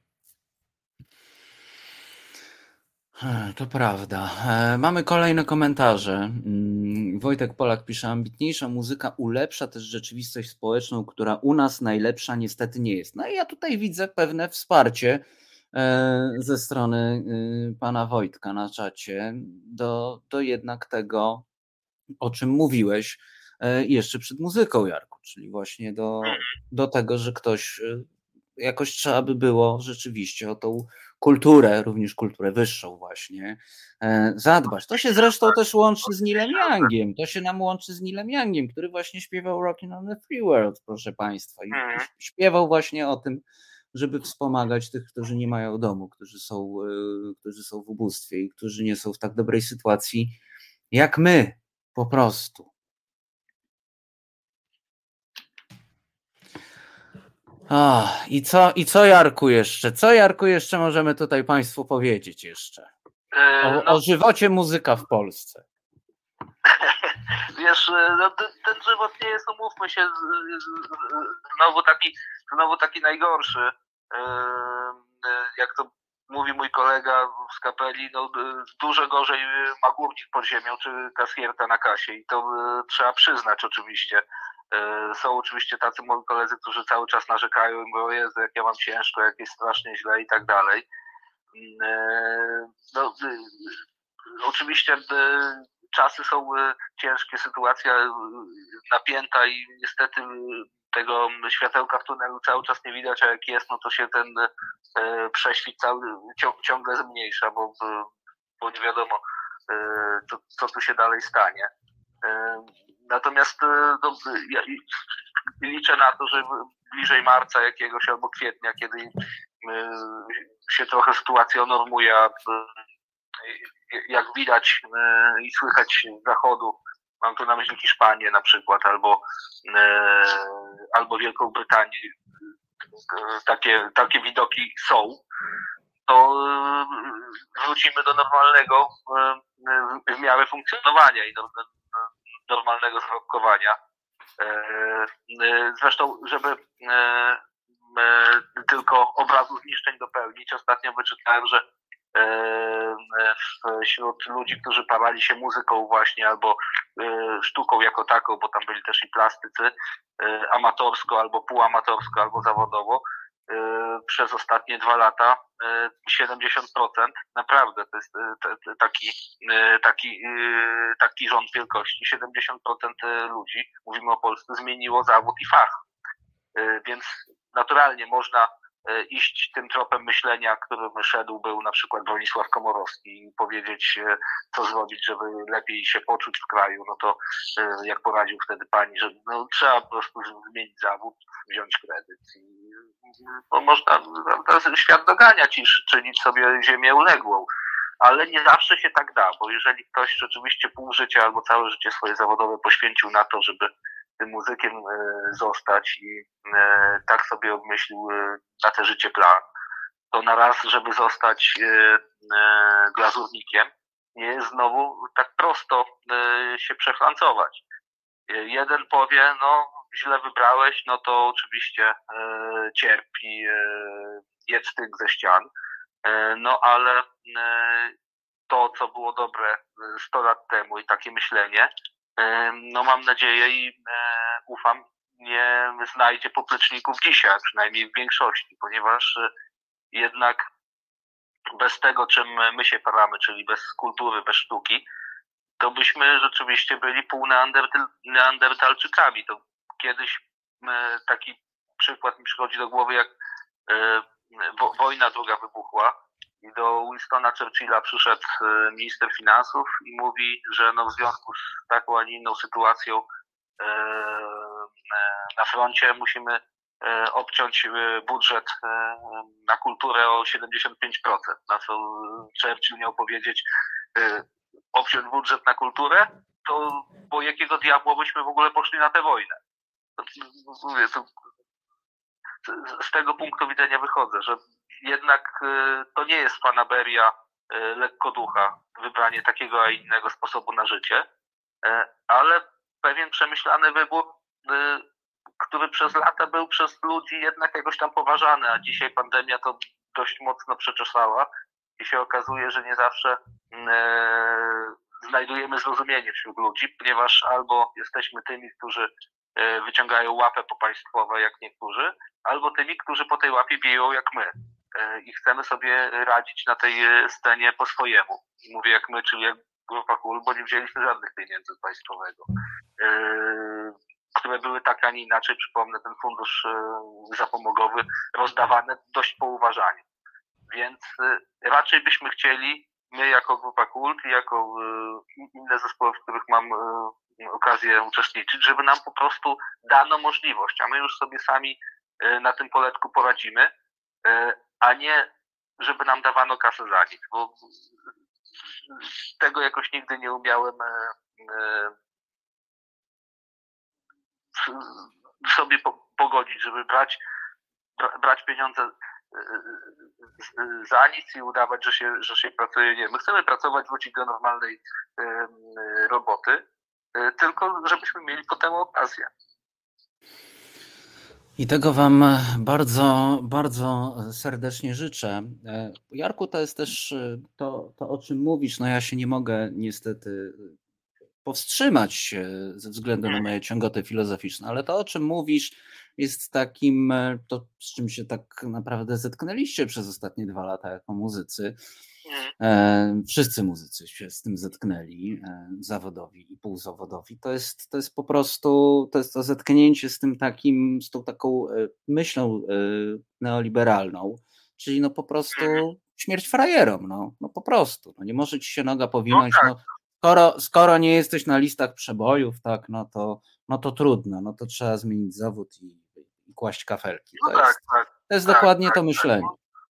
To prawda. Mamy kolejne komentarze. Wojtek Polak pisze, ambitniejsza muzyka ulepsza też rzeczywistość społeczną, która u nas najlepsza niestety nie jest. No i ja tutaj widzę pewne wsparcie ze strony pana Wojtka na czacie do jednak tego, o czym mówiłeś jeszcze przed muzyką, Jarku, czyli właśnie do tego, że ktoś jakoś trzeba by było rzeczywiście o tą kulturę, również kulturę wyższą właśnie, zadbać. To się zresztą też łączy z Neilem Youngiem. To się nam łączy z Neilem Youngiem, który właśnie śpiewał Rockin' on the Free World, proszę Państwa. I śpiewał właśnie o tym, żeby wspomagać tych, którzy nie mają domu, którzy są w ubóstwie i którzy nie są w tak dobrej sytuacji jak my, po prostu. I co Jarku jeszcze? Co Jarku jeszcze możemy tutaj Państwu powiedzieć jeszcze? O żywocie muzyka w Polsce. Wiesz, ten żywot nie jest, umówmy się, znowu taki najgorszy. Jak to mówi mój kolega z kapeli, dużo gorzej ma górnik pod ziemią, czy kasjerka na kasie i to trzeba przyznać oczywiście. Są oczywiście tacy moi koledzy, którzy cały czas narzekają i mówią, o Jezu, jak ja mam ciężko, jak jest strasznie źle i tak dalej. Oczywiście czasy są ciężkie, sytuacja napięta i niestety tego światełka w tunelu cały czas nie widać, a jak jest, no to się ten prześwit ciągle zmniejsza, bo nie wiadomo, co tu się dalej stanie. Natomiast ja liczę na to, że bliżej marca jakiegoś albo kwietnia, kiedy się trochę sytuacja normuje, jak widać i słychać z zachodu, mam tu na myśli Hiszpanię na przykład, albo Wielką Brytanię, takie widoki są, to wrócimy do normalnego w miarę funkcjonowania i do normalnego zarobkowania. Zresztą, żeby tylko obrazu zniszczeń dopełnić, ostatnio wyczytałem, że wśród ludzi, którzy parali się muzyką właśnie albo sztuką jako taką, bo tam byli też i plastycy, amatorsko albo półamatorsko albo zawodowo, przez ostatnie 2 lata 70%, naprawdę to jest taki rząd wielkości, 70% ludzi, mówimy o Polsce, zmieniło zawód i fach, więc naturalnie można iść tym tropem myślenia, którym szedł był na przykład Bronisław Komorowski i powiedzieć, co zrobić, żeby lepiej się poczuć w kraju, no to jak poradził wtedy pani, że trzeba po prostu zmienić zawód, wziąć kredyt i bo można świat doganiać i czynić sobie ziemię uległą, ale nie zawsze się tak da, bo jeżeli ktoś rzeczywiście pół życia albo całe życie swoje zawodowe poświęcił na to, żeby tym muzykiem zostać i tak sobie obmyślił na te życie plan, to na raz, żeby zostać glazurnikiem, nie jest znowu tak prosto się przeflancować. Jeden powie, źle wybrałeś, no to oczywiście cierpi, jedz tych ze ścian, ale to, co było dobre 100 lat temu i takie myślenie, mam nadzieję i ufam, nie znajdzie popleczników dzisiaj, przynajmniej w większości, ponieważ jednak bez tego, czym my się paramy, czyli bez kultury, bez sztuki, to byśmy rzeczywiście byli pół neandertalczykami. To kiedyś taki przykład mi przychodzi do głowy, jak wojna druga wybuchła i do Winstona Churchilla przyszedł minister finansów i mówi, że w związku z taką, a nie inną sytuacją na froncie musimy obciąć budżet na kulturę o 75%. Na co Churchill miał powiedzieć, obciąć budżet na kulturę, to po jakiego diabła byśmy w ogóle poszli na tę wojnę? Z tego punktu widzenia wychodzę, że jednak to nie jest fanaberia lekkoducha, wybranie takiego a innego sposobu na życie, ale pewien przemyślany wybór, który przez lata był przez ludzi jednak jakoś tam poważany, a dzisiaj pandemia to dość mocno przeczesała i się okazuje, że nie zawsze znajdujemy zrozumienie wśród ludzi, ponieważ albo jesteśmy tymi, którzy wyciągają łapę popaństwowe jak niektórzy, albo tymi, którzy po tej łapie biją jak my i chcemy sobie radzić na tej scenie po swojemu. I mówię jak my, czyli jak Grupa KUL, bo nie wzięliśmy żadnych pieniędzy z państwowego, które były tak, a nie inaczej, przypomnę, ten fundusz zapomogowy rozdawany dość po uważaniu. Więc raczej byśmy chcieli, my jako Grupa KULT i jako inne zespoły, w których mam okazję uczestniczyć, żeby nam po prostu dano możliwość, a my już sobie sami na tym poletku poradzimy, a nie żeby nam dawano kasę za nic, bo tego jakoś nigdy nie umiałem sobie pogodzić, żeby brać pieniądze za nic i udawać, że się pracuje. Nie, my chcemy pracować, wrócić do normalnej roboty, tylko żebyśmy mieli potem okazję. I tego Wam bardzo, bardzo serdecznie życzę. Jarku, to jest też to, o czym mówisz. No ja się nie mogę niestety powstrzymać ze względu na moje ciągoty filozoficzne, ale to, o czym mówisz, jest takim, to z czym się tak naprawdę zetknęliście przez ostatnie 2 lata jako muzycy. Wszyscy muzycy się z tym zetknęli, zawodowi i półzawodowi. To jest po prostu, to jest to zetknięcie z tym takim, z tą taką myślą neoliberalną, czyli no po prostu śmierć frajerom, no po prostu, no nie może ci się noga powinąć, skoro nie jesteś na listach przebojów, tak, no to trudno, no to trzeba zmienić zawód i kłaść kafelki. To jest dokładnie to myślenie.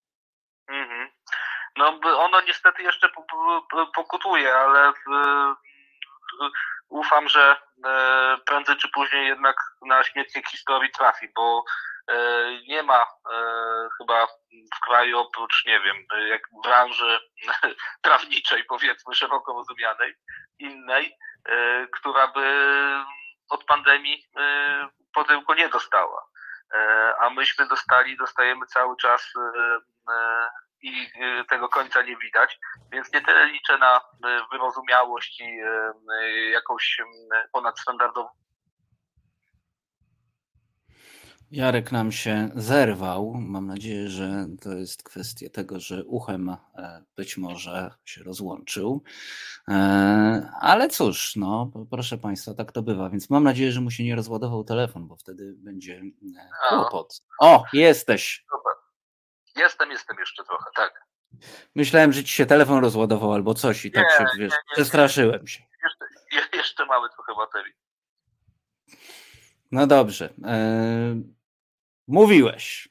No ono niestety jeszcze pokutuje, ale ufam, że prędzej czy później jednak na śmietnik historii trafi, bo nie ma chyba w kraju oprócz, nie wiem, jak branży prawniczej, powiedzmy szeroko rozumianej, innej, która by od pandemii po tyłku nie dostała. A myśmy dostajemy cały czas i tego końca nie widać, więc nie tyle liczę na wyrozumiałość i jakąś ponadstandardową. Jarek nam się zerwał. Mam nadzieję, że to jest kwestia tego, że uchem być może się rozłączył. Ale cóż, no proszę Państwa, tak to bywa, więc mam nadzieję, że mu się nie rozładował telefon, bo wtedy będzie kłopot. O, jesteś! Super. Jestem jeszcze trochę, tak. Myślałem, że ci się telefon rozładował albo coś i tak się, wiesz, przestraszyłem się. Jeszcze mamy trochę baterii. No dobrze. Mówiłeś.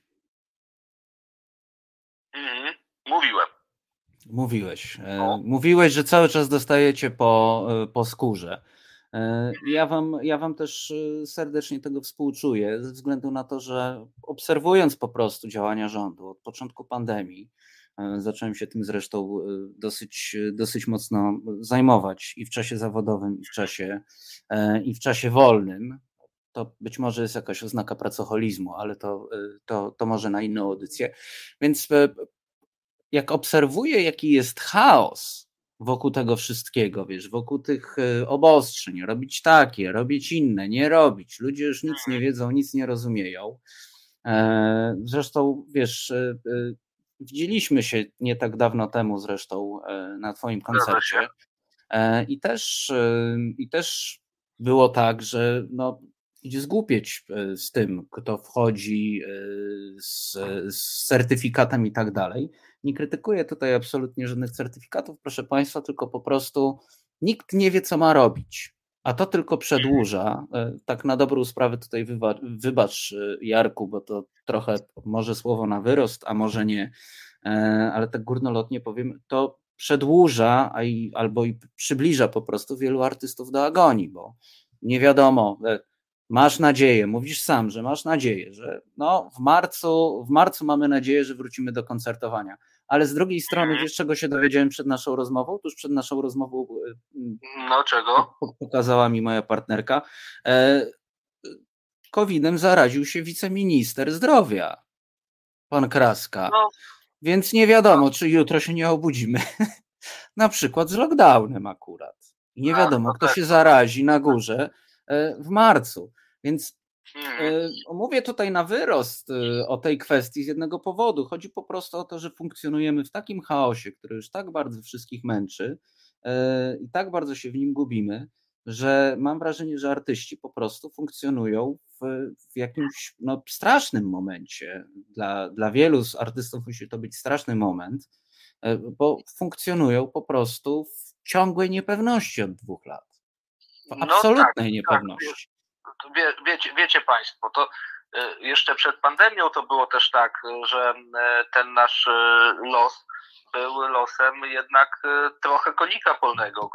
Mówiłeś. Mówiłeś, że cały czas dostajecie po skórze. Ja wam też serdecznie tego współczuję, ze względu na to, że obserwując po prostu działania rządu od początku pandemii, zacząłem się tym zresztą dosyć mocno zajmować i w czasie zawodowym, i w czasie wolnym. To być może jest jakaś oznaka pracoholizmu, ale to może na inną audycję. Więc jak obserwuję, jaki jest chaos wokół tego wszystkiego, wiesz, wokół tych obostrzeń, robić takie, robić inne, nie robić. Ludzie już nic nie wiedzą, nic nie rozumieją. Zresztą, wiesz, widzieliśmy się nie tak dawno temu zresztą na twoim koncercie i też było tak, że no, idzie zgłupieć z tym, kto wchodzi z certyfikatem i tak dalej. Nie krytykuję tutaj absolutnie żadnych certyfikatów, proszę Państwa, tylko po prostu nikt nie wie, co ma robić, a to tylko przedłuża. Tak na dobrą sprawę tutaj wybacz, Jarku, bo to trochę może słowo na wyrost, a może nie, ale tak górnolotnie powiem, to przedłuża albo i przybliża po prostu wielu artystów do agonii, bo nie wiadomo, masz nadzieję, mówisz sam, że masz nadzieję, że no w marcu mamy nadzieję, że wrócimy do koncertowania, ale z drugiej strony wiesz, czego się dowiedziałem przed naszą rozmową? Tuż przed naszą rozmową no czego? Pokazała mi moja partnerka. COVID-em zaraził się wiceminister zdrowia, pan Kraska. No, Więc nie wiadomo, czy jutro się nie obudzimy na przykład z lockdownem akurat. I nie wiadomo, kto się zarazi na górze w marcu. Więc mówię tutaj na wyrost o tej kwestii z jednego powodu. Chodzi po prostu o to, że funkcjonujemy w takim chaosie, który już tak bardzo wszystkich męczy i tak bardzo się w nim gubimy, że mam wrażenie, że artyści po prostu funkcjonują w jakimś strasznym momencie. Dla wielu z artystów musi to być straszny moment, bo funkcjonują po prostu w ciągłej niepewności od 2 lat. W absolutnej niepewności. Wiecie Państwo, to jeszcze przed pandemią to było też tak, że ten nasz los był losem jednak trochę konika polnego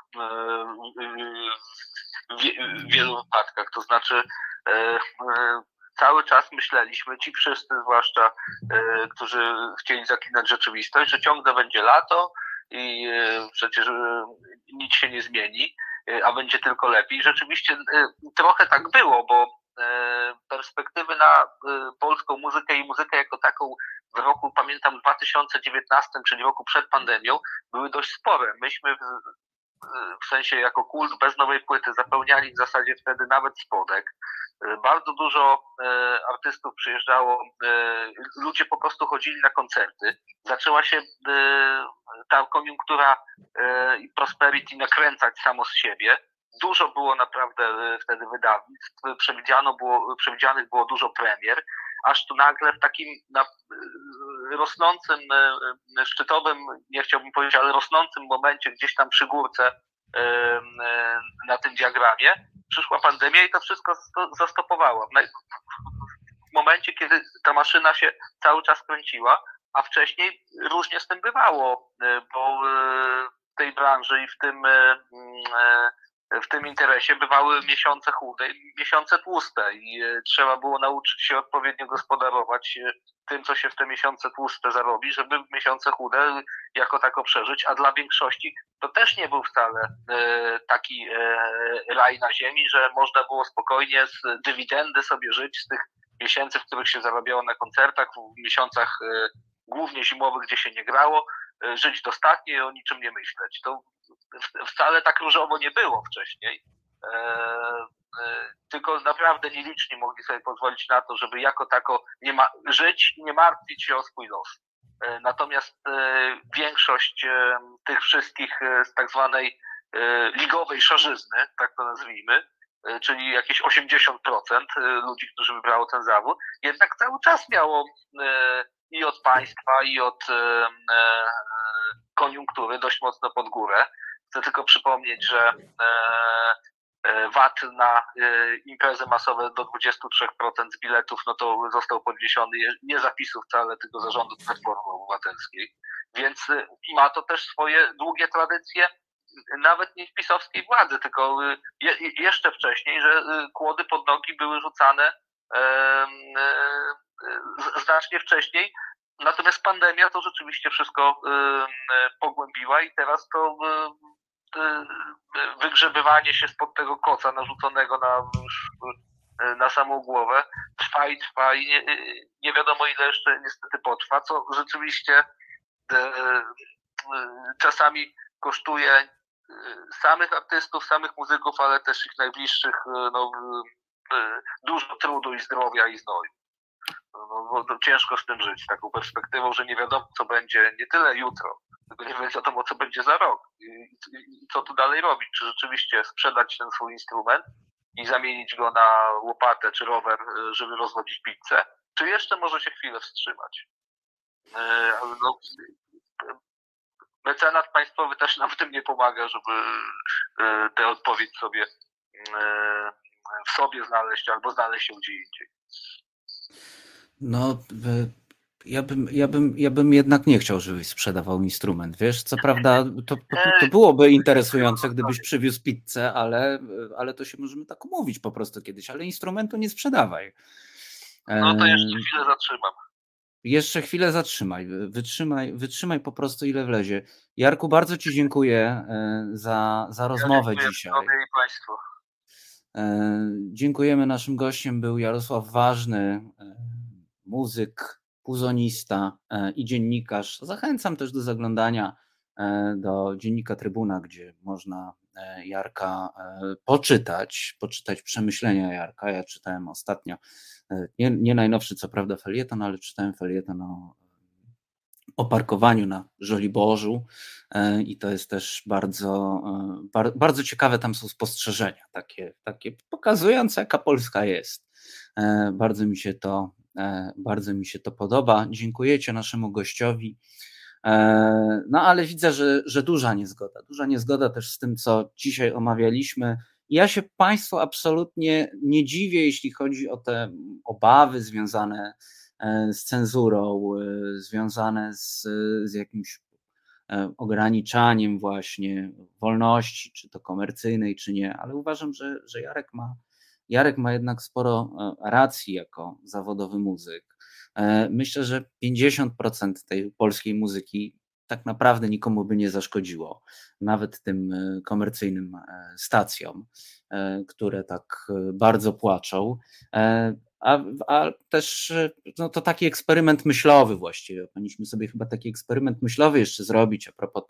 w wielu wypadkach. To znaczy cały czas myśleliśmy, ci wszyscy zwłaszcza, którzy chcieli zaklinać rzeczywistość, że ciągle będzie lato i przecież nic się nie zmieni, a będzie tylko lepiej. Rzeczywiście trochę tak było, bo perspektywy na polską muzykę i muzykę jako taką w roku, pamiętam, 2019, czyli roku przed pandemią, były dość spore. Myśmy w sensie jako kult bez nowej płyty zapełniali w zasadzie wtedy nawet Spodek. Bardzo dużo artystów przyjeżdżało, ludzie po prostu chodzili na koncerty. Zaczęła się ta koniunktura i prosperity nakręcać samo z siebie. Dużo było naprawdę wtedy wydawnictw, przewidzianych było dużo premier, aż tu nagle w takim rosnącym, szczytowym, nie chciałbym powiedzieć, ale rosnącym momencie gdzieś tam przy górce na tym diagramie przyszła pandemia i to wszystko zastopowała. W momencie, kiedy ta maszyna się cały czas kręciła, a wcześniej różnie z tym bywało, bo w tej branży i w tym interesie bywały miesiące chude i miesiące tłuste i trzeba było nauczyć się odpowiednio gospodarować tym, co się w te miesiące tłuste zarobi, żeby w miesiące chude jako tako przeżyć, a dla większości to też nie był wcale taki raj na ziemi, że można było spokojnie z dywidendy sobie żyć z tych miesięcy, w których się zarabiało na koncertach, w miesiącach głównie zimowych, gdzie się nie grało, żyć dostatnio i o niczym nie myśleć. To wcale tak różowo nie było wcześniej, tylko naprawdę nieliczni mogli sobie pozwolić na to, żeby jako tako żyć i nie martwić się o swój los. Natomiast większość tych wszystkich z tak zwanej ligowej szarzyzny, tak to nazwijmy, czyli jakieś 80% ludzi, którzy wybrało ten zawód, jednak cały czas miało i od państwa, i od koniunktury dość mocno pod górę. Chcę tylko przypomnieć, że VAT na imprezy masowe do 23% z biletów, no to został podniesiony nie zapisów wcale, tylko zarządu Platformy Obywatelskiej. Więc ma to też swoje długie tradycje, nawet nie w pisowskiej władzy, tylko jeszcze wcześniej, że kłody pod nogi były rzucane znacznie wcześniej. Natomiast pandemia to rzeczywiście wszystko pogłębiła i teraz to wygrzebywanie się spod tego koca narzuconego na samą głowę trwa i nie wiadomo ile jeszcze niestety potrwa, co rzeczywiście czasami kosztuje samych artystów, samych muzyków, ale też ich najbliższych dużo trudu i zdrowia i znoju. Bo ciężko z tym żyć, taką perspektywą, że nie wiadomo co będzie nie tyle jutro, tylko nie wiadomo co będzie za rok i co tu dalej robić, czy rzeczywiście sprzedać ten swój instrument i zamienić go na łopatę czy rower, żeby rozwodzić pizzę, czy jeszcze może się chwilę wstrzymać. Mecenat państwowy też nam w tym nie pomaga, żeby tę odpowiedź sobie w sobie znaleźć albo znaleźć się gdzie indziej. No, ja bym jednak nie chciał, żebyś sprzedawał instrument, wiesz? Co prawda to byłoby interesujące, gdybyś przywiózł pizzę, ale to się możemy tak umówić po prostu kiedyś, ale instrumentu nie sprzedawaj. No to jeszcze chwilę zatrzymam. Jeszcze chwilę zatrzymaj, wytrzymaj po prostu ile wlezie. Jarku, bardzo Ci dziękuję za rozmowę dzisiaj. Dziękuję Państwu. Dziękujemy. Naszym gościem był Jarosław Ważny, muzyk, puzonista i dziennikarz. Zachęcam też do zaglądania do dziennika Trybuna, gdzie można Jarka poczytać przemyślenia Jarka. Ja czytałem ostatnio, nie najnowszy co prawda felieton, ale czytałem felieton o parkowaniu na Żoliborzu i to jest też bardzo ciekawe, tam są spostrzeżenia takie pokazujące, jaka Polska jest. Bardzo mi się to podoba. Dziękujecie naszemu gościowi. No ale widzę, że duża niezgoda też z tym, co dzisiaj omawialiśmy. Ja się Państwu absolutnie nie dziwię, jeśli chodzi o te obawy związane z cenzurą, związane z jakimś ograniczaniem właśnie wolności, czy to komercyjnej, czy nie, ale uważam, że Jarek ma jednak sporo racji jako zawodowy muzyk. Myślę, że 50% tej polskiej muzyki tak naprawdę nikomu by nie zaszkodziło, nawet tym komercyjnym stacjom, które tak bardzo płaczą. A też no to taki eksperyment myślowy właściwie. Powinniśmy sobie chyba taki eksperyment myślowy jeszcze zrobić a propos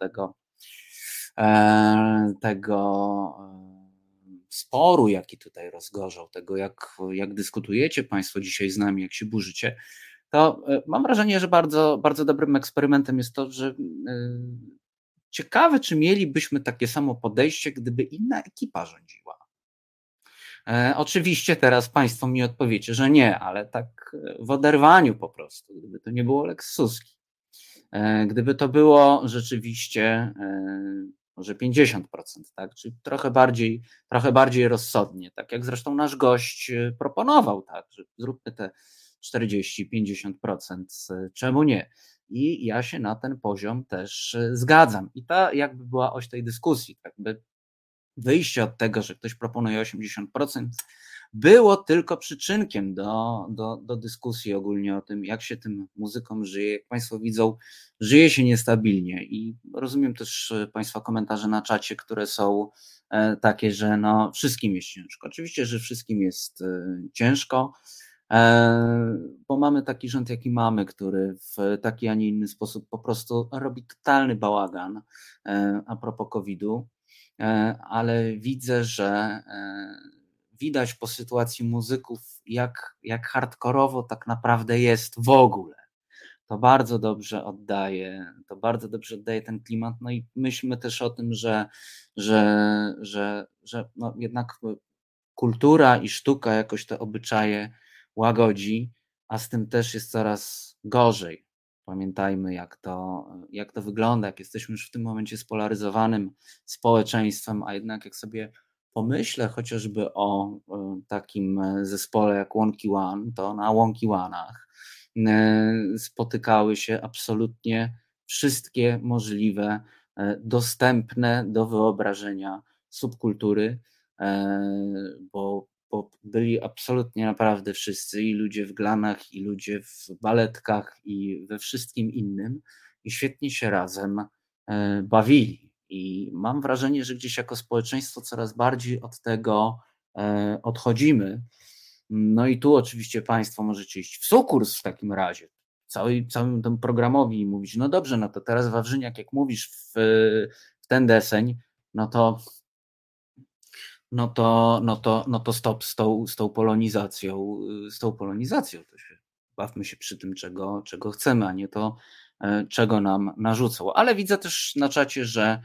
tego sporu, jaki tutaj rozgorzał, tego jak dyskutujecie Państwo dzisiaj z nami, jak się burzycie, to mam wrażenie, że bardzo, bardzo dobrym eksperymentem jest to, że ciekawe, czy mielibyśmy takie samo podejście, gdyby inna ekipa rządziła. Oczywiście teraz Państwo mi odpowiecie, że nie, ale tak w oderwaniu po prostu, gdyby to nie było Lex Suski, gdyby to było rzeczywiście może 50%, tak, czyli trochę bardziej rozsądnie, tak jak zresztą nasz gość proponował, tak, że zróbmy te 40-50%, czemu nie? I ja się na ten poziom też zgadzam. I ta jakby była oś tej dyskusji, tak by wyjście od tego, że ktoś proponuje 80%, było tylko przyczynkiem do dyskusji ogólnie o tym, jak się tym muzykom żyje. Jak Państwo widzą, żyje się niestabilnie i rozumiem też Państwa komentarze na czacie, które są takie, że no wszystkim jest ciężko. Oczywiście, że wszystkim jest ciężko, bo mamy taki rząd, jaki mamy, który w taki, a nie inny sposób po prostu robi totalny bałagan a propos COVID-u. Ale widzę, że widać po sytuacji muzyków, jak hardkorowo tak naprawdę jest w ogóle. To bardzo dobrze oddaje ten klimat. No i myślmy też o tym, że no jednak kultura i sztuka jakoś te obyczaje łagodzi, a z tym też jest coraz gorzej. Pamiętajmy, jak to wygląda, jak jesteśmy już w tym momencie spolaryzowanym społeczeństwem, a jednak jak sobie pomyślę chociażby o takim zespole jak Wonky One, to na Wonky One'ach spotykały się absolutnie wszystkie możliwe, dostępne do wyobrażenia subkultury, bo byli absolutnie naprawdę wszyscy, i ludzie w glanach, i ludzie w baletkach, i we wszystkim innym, i świetnie się razem bawili. I mam wrażenie, że gdzieś jako społeczeństwo coraz bardziej od tego odchodzimy. No i tu oczywiście Państwo możecie iść w sukurs w takim razie, całym temu programowi i mówić, no dobrze, no to teraz Wawrzyniak, jak mówisz w ten deseń, no to stop z tą polonizacją, to się bawmy się przy tym, czego chcemy, a nie to, czego nam narzucą. Ale widzę też na czacie, że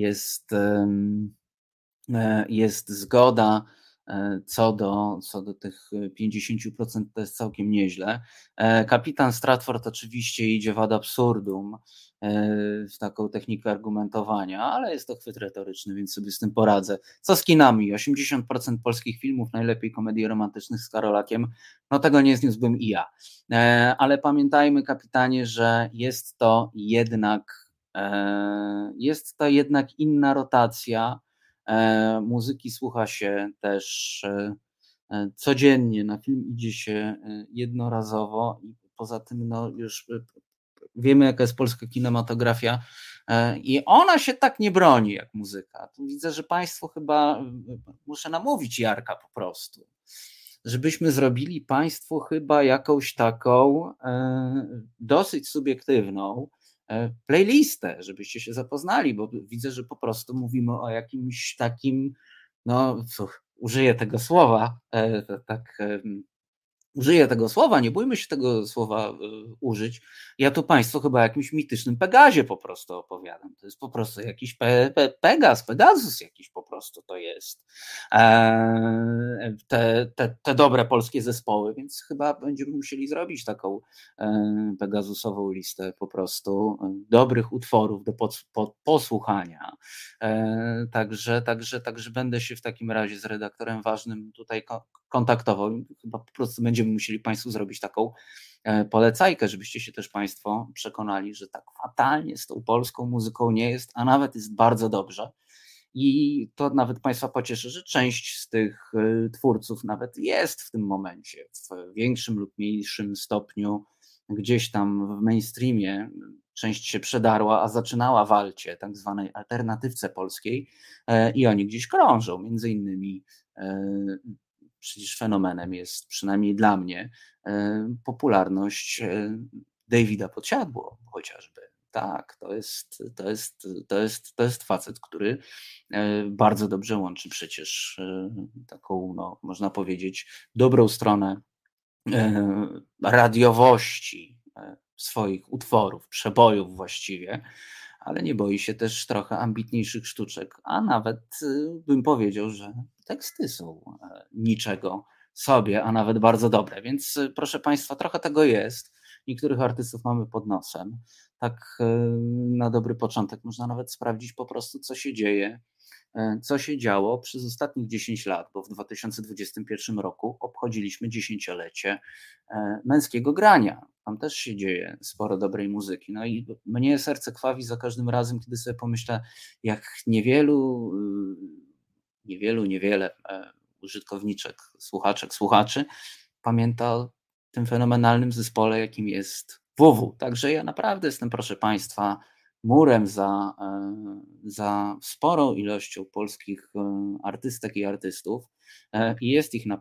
jest zgoda co do tych 50%, to jest całkiem nieźle. Kapitan Stratford oczywiście idzie w ad absurdum w taką technikę argumentowania, ale jest to chwyt retoryczny, więc sobie z tym poradzę. Co z kinami? 80% polskich filmów, najlepiej komedii romantycznych z Karolakiem, no tego nie zniósłbym i ja. Ale pamiętajmy, kapitanie, że jest to jednak inna rotacja. Muzyki słucha się też codziennie, na film idzie się jednorazowo i poza tym no już wiemy, jaka jest polska kinematografia i ona się tak nie broni jak muzyka. Tu widzę, że państwo chyba, muszę namówić Jarka po prostu, żebyśmy zrobili państwu chyba jakąś taką dosyć subiektywną playlistę, żebyście się zapoznali, bo widzę, że po prostu mówimy o jakimś takim, no użyję tego słowa, użyję tego słowa, nie bójmy się tego słowa użyć. Ja tu państwu chyba o jakimś mitycznym Pegazie po prostu opowiadam. To jest po prostu jakiś Pegasus jakiś po prostu to jest. Te dobre polskie zespoły, więc chyba będziemy musieli zrobić taką Pegasusową listę po prostu dobrych utworów do posłuchania. Także będę się w takim razie z redaktorem ważnym tutaj kontaktował. Chyba po prostu będziemy musieli państwu zrobić taką polecajkę, żebyście się też państwo przekonali, że tak fatalnie z tą polską muzyką nie jest, a nawet jest bardzo dobrze. I to nawet państwa pocieszy, że część z tych twórców nawet jest w tym momencie w większym lub mniejszym stopniu gdzieś tam w mainstreamie. Część się przedarła, a zaczynała w alcie, tak zwanej alternatywce polskiej, i oni gdzieś krążą. Między innymi przecież fenomenem jest, przynajmniej dla mnie, popularność Davida Podsiadło chociażby. Tak, to jest facet, który bardzo dobrze łączy przecież taką, no, można powiedzieć, dobrą stronę radiowości swoich utworów, przebojów właściwie, ale nie boi się też trochę ambitniejszych sztuczek, a nawet bym powiedział, że teksty są niczego sobie, a nawet bardzo dobre, więc proszę państwa, trochę tego jest. Niektórych artystów mamy pod nosem. Tak na dobry początek można nawet sprawdzić po prostu, co się dzieje, co się działo przez ostatnich 10 lat, bo w 2021 roku obchodziliśmy 10-lecie Męskiego Grania. Tam też się dzieje sporo dobrej muzyki. No i mnie serce krwawi za każdym razem, kiedy sobie pomyślę, jak niewiele użytkowniczek, słuchaczy pamięta o tym fenomenalnym zespole, jakim jest WW. Także ja naprawdę jestem, proszę państwa, murem za sporą ilością polskich artystek i artystów i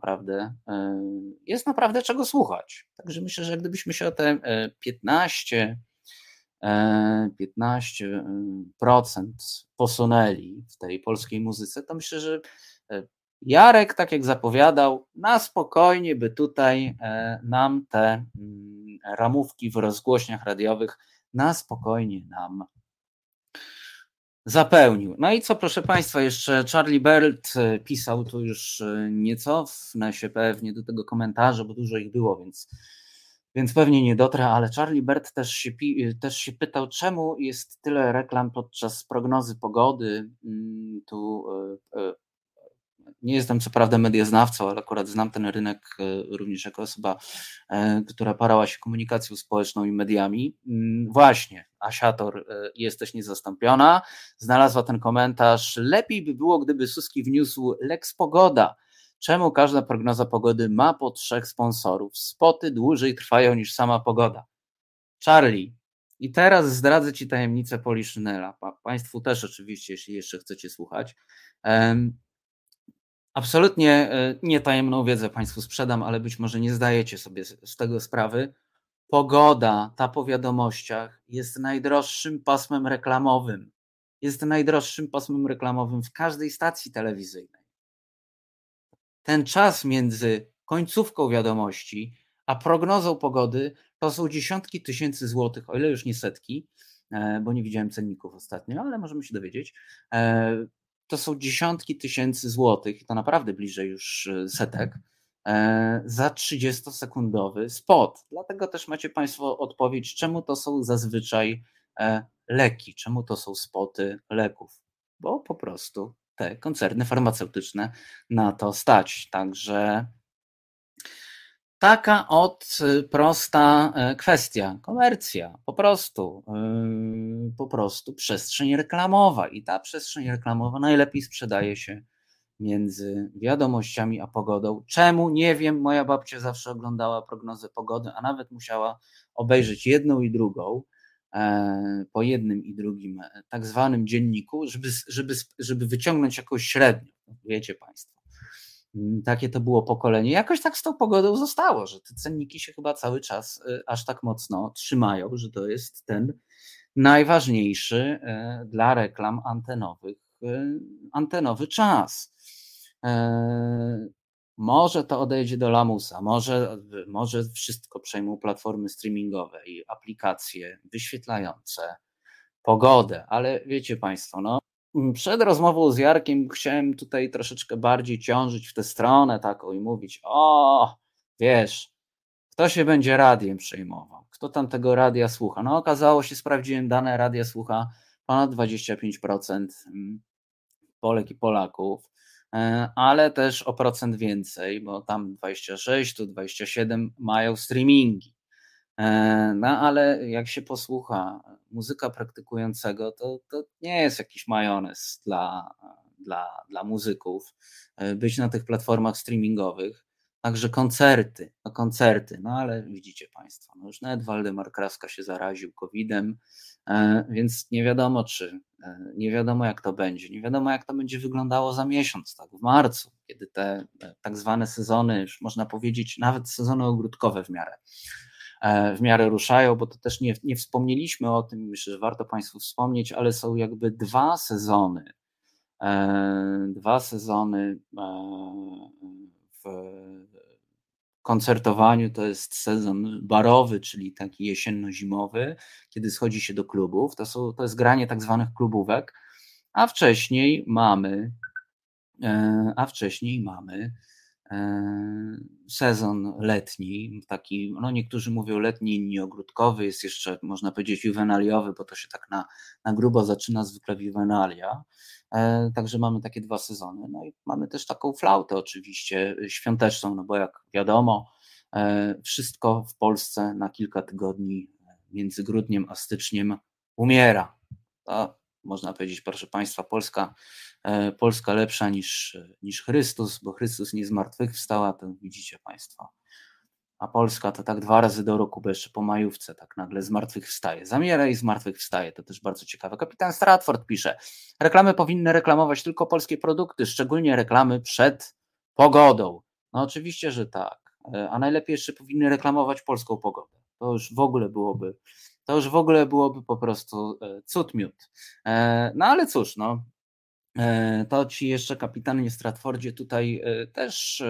jest naprawdę czego słuchać. Także myślę, że gdybyśmy się o te 15% posunęli w tej polskiej muzyce, to myślę, że Jarek, tak jak zapowiadał, na spokojnie by tutaj nam te ramówki w rozgłośniach radiowych na spokojnie nam zapełnił. No i co, proszę państwa, jeszcze Charlie Bert pisał tu już, nie cofnę się pewnie do tego komentarza, bo dużo ich było, więc pewnie nie dotrę, ale Charlie Bert też się pytał, czemu jest tyle reklam podczas prognozy pogody. Tu nie jestem co prawda medioznawcą, ale akurat znam ten rynek również jako osoba, która parała się komunikacją społeczną i mediami. Właśnie, Asiator, jesteś niezastąpiona. Znalazła ten komentarz. Lepiej by było, gdyby Suski wniósł Lex Pogoda. Czemu każda prognoza pogody ma po 3 sponsorów? Spoty dłużej trwają niż sama pogoda. Charlie, i teraz zdradzę ci tajemnicę Poliszynela. Państwu też oczywiście, jeśli jeszcze chcecie słuchać. Absolutnie nietajemną wiedzę państwu sprzedam, ale być może nie zdajecie sobie z tego sprawy. Pogoda, ta po wiadomościach, jest najdroższym pasmem reklamowym. Jest najdroższym pasmem reklamowym w każdej stacji telewizyjnej. Ten czas między końcówką wiadomości a prognozą pogody to są dziesiątki tysięcy złotych, o ile już nie setki, bo nie widziałem cenników ostatnio, ale możemy się dowiedzieć. To są dziesiątki tysięcy złotych, to naprawdę bliżej już setek, za 30-sekundowy spot. Dlatego też macie państwo odpowiedź, czemu to są zazwyczaj leki, czemu to są spoty leków, bo po prostu te koncerny farmaceutyczne na to stać. Także taka prosta kwestia, komercja, po prostu przestrzeń reklamowa i ta przestrzeń reklamowa najlepiej sprzedaje się między wiadomościami a pogodą. Czemu? Nie wiem, moja babcia zawsze oglądała prognozę pogody, a nawet musiała obejrzeć jedną i drugą, po jednym i drugim tak zwanym dzienniku, żeby wyciągnąć jakąś średnią. Wiecie Państwo, takie to było pokolenie. Jakoś tak z tą pogodą zostało, że te cenniki się chyba cały czas aż tak mocno trzymają, że to jest ten najważniejszy dla reklam antenowy czas. Może to odejdzie do lamusa, może wszystko przejmą platformy streamingowe i aplikacje wyświetlające pogodę, ale wiecie Państwo, no, przed rozmową z Jarkiem chciałem tutaj troszeczkę bardziej ciążyć w tę stronę taką i mówić, wiesz, kto się będzie radiem przejmował, kto tam tego radia słucha. No okazało się, sprawdziłem dane, radia słucha ponad 25% Polek i Polaków, ale też o procent więcej, bo tam 26, tu 27 mają streamingi. No ale jak się posłucha muzyka praktykującego, to nie jest jakiś majonez dla muzyków być na tych platformach streamingowych. Także koncerty, no ale widzicie Państwo, no już nawet Waldemar Kraska się zaraził COVID-em, więc nie wiadomo jak to będzie, nie wiadomo jak to będzie wyglądało za miesiąc, tak, w marcu, kiedy te tak zwane sezony, już można powiedzieć nawet sezony ogródkowe w miarę ruszają, bo to też nie wspomnieliśmy o tym, myślę, że warto Państwu wspomnieć, ale są jakby dwa sezony w koncertowaniu. To jest sezon barowy, czyli taki jesienno-zimowy, kiedy schodzi się do klubów, to jest granie tak zwanych klubówek, a wcześniej mamy sezon letni, taki, no niektórzy mówią letni, inni ogródkowy, jest jeszcze, można powiedzieć, juwenaliowy, bo to się tak na grubo zaczyna, zwykle w juwenalia. Także mamy takie dwa sezony. No i mamy też taką flautę oczywiście świąteczną, no bo jak wiadomo, wszystko w Polsce na kilka tygodni między grudniem a styczniem umiera. To można powiedzieć, proszę Państwa, Polska lepsza niż Chrystus, bo Chrystus nie zmartwychwstał, a to widzicie Państwo. A Polska to tak 2 razy do roku, bo jeszcze po majówce tak nagle zmartwychwstaje. Zamiera i zmartwychwstaje, to też bardzo ciekawe. Kapitan Stratford pisze, reklamy powinny reklamować tylko polskie produkty, szczególnie reklamy przed pogodą. No oczywiście, że tak, a najlepiej jeszcze powinny reklamować polską pogodę. To już w ogóle byłoby po prostu cud miód. No ale cóż, no, to ci jeszcze kapitanie Stratfordzie tutaj też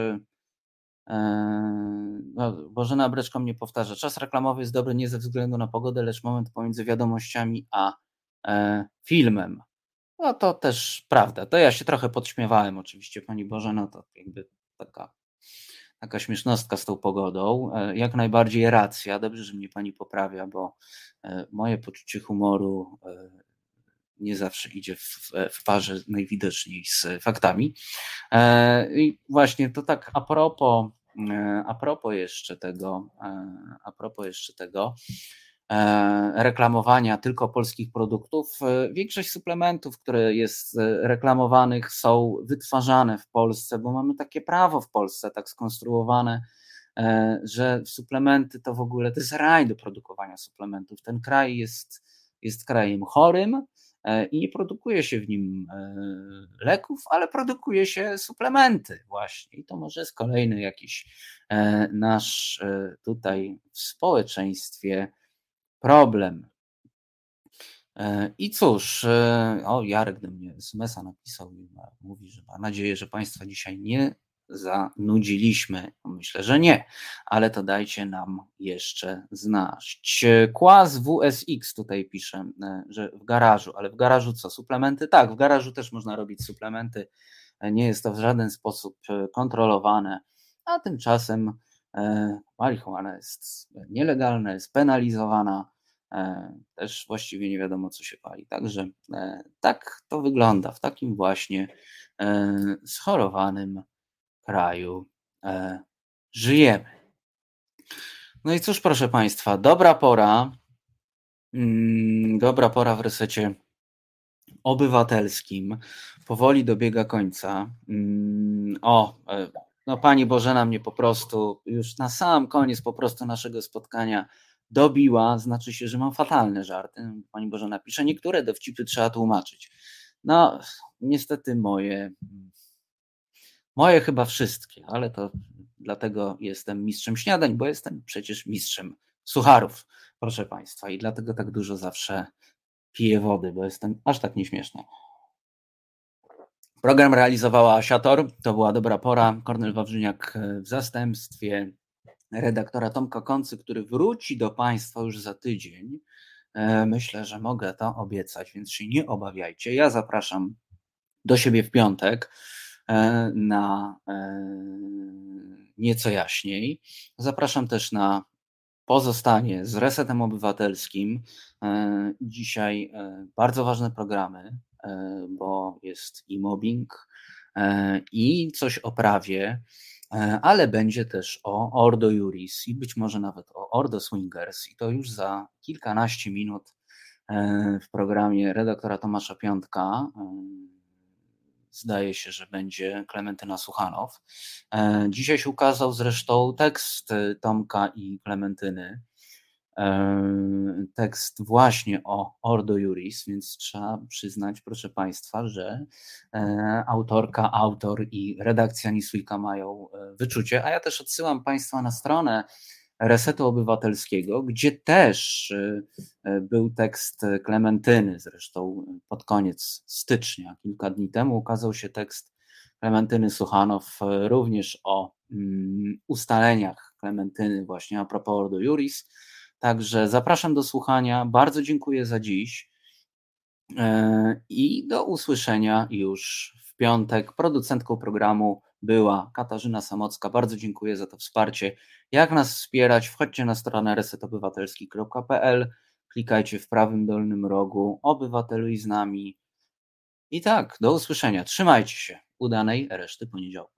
Bożena Breczko mnie powtarza, czas reklamowy jest dobry nie ze względu na pogodę, lecz moment pomiędzy wiadomościami a filmem. No to też prawda, to ja się trochę podśmiewałem oczywiście, pani Bożeno, to jakby taka śmiesznostka z tą pogodą, jak najbardziej racja, dobrze, że mnie pani poprawia, bo moje poczucie humoru nie zawsze idzie w parze najwidoczniej z faktami. I właśnie to tak a propos jeszcze tego reklamowania tylko polskich produktów, większość suplementów, które jest reklamowanych, są wytwarzane w Polsce, bo mamy takie prawo w Polsce tak skonstruowane, że suplementy to w ogóle to jest raj do produkowania suplementów. Ten kraj jest krajem chorym i nie produkuje się w nim leków, ale produkuje się suplementy właśnie. I to może jest kolejny jakiś nasz tutaj w społeczeństwie problem. I cóż, Jarek do mnie SMS-a napisał i mówi, że ma nadzieję, że Państwa dzisiaj nie zanudziliśmy. Myślę, że nie, ale to dajcie nam jeszcze znać. Kłas WSX tutaj pisze, że w garażu, ale w garażu co? Suplementy? Tak, w garażu też można robić suplementy. Nie jest to w żaden sposób kontrolowane, a tymczasem marihuana jest nielegalna, jest penalizowana. Też właściwie nie wiadomo, co się pali. Także tak to wygląda w takim właśnie schorowanym kraju żyjemy. No i cóż, proszę Państwa, dobra pora w resecie obywatelskim powoli dobiega końca. No pani Bożena mnie po prostu już na sam koniec po prostu naszego spotkania dobiła, znaczy się, że mam fatalne żarty. Pani Bożena pisze, niektóre dowcipy trzeba tłumaczyć. No, niestety moje chyba wszystkie, ale to dlatego jestem mistrzem śniadań, bo jestem przecież mistrzem sucharów, proszę Państwa, i dlatego tak dużo zawsze piję wody, bo jestem aż tak nieśmieszny. Program realizowała Asiator, to była dobra pora. Kornel Wawrzyniak w zastępstwie redaktora Tomka Koncy, który wróci do Państwa już za tydzień. Myślę, że mogę to obiecać, więc się nie obawiajcie. Ja zapraszam do siebie w piątek na nieco jaśniej. Zapraszam też na pozostanie z Resetem Obywatelskim. Dzisiaj bardzo ważne programy, bo jest i mobbing, i coś o prawie, ale będzie też o Ordo Iuris i być może nawet o Ordo Swingers, i to już za kilkanaście minut w programie redaktora Tomasza Piątka. Zdaje się, że będzie Klementyna Suchanow. Dzisiaj się ukazał zresztą tekst Tomka i Klementyny. Tekst właśnie o Ordo Iuris, więc trzeba przyznać, proszę Państwa, że autorka, autor i redakcja Newsweeka mają wyczucie, a ja też odsyłam Państwa na stronę Resetu Obywatelskiego, gdzie też był tekst Klementyny, zresztą pod koniec stycznia, kilka dni temu ukazał się tekst Klementyny Suchanow również o ustaleniach Klementyny właśnie a propos Ordo Iuris. Także zapraszam do słuchania, bardzo dziękuję za dziś i do usłyszenia już w piątek. Producentką programu była Katarzyna Samocka, bardzo dziękuję za to wsparcie. Jak nas wspierać? Wchodźcie na stronę resetobywatelski.pl, klikajcie w prawym dolnym rogu obywateluj z nami i tak, do usłyszenia, trzymajcie się, udanej reszty poniedziałku.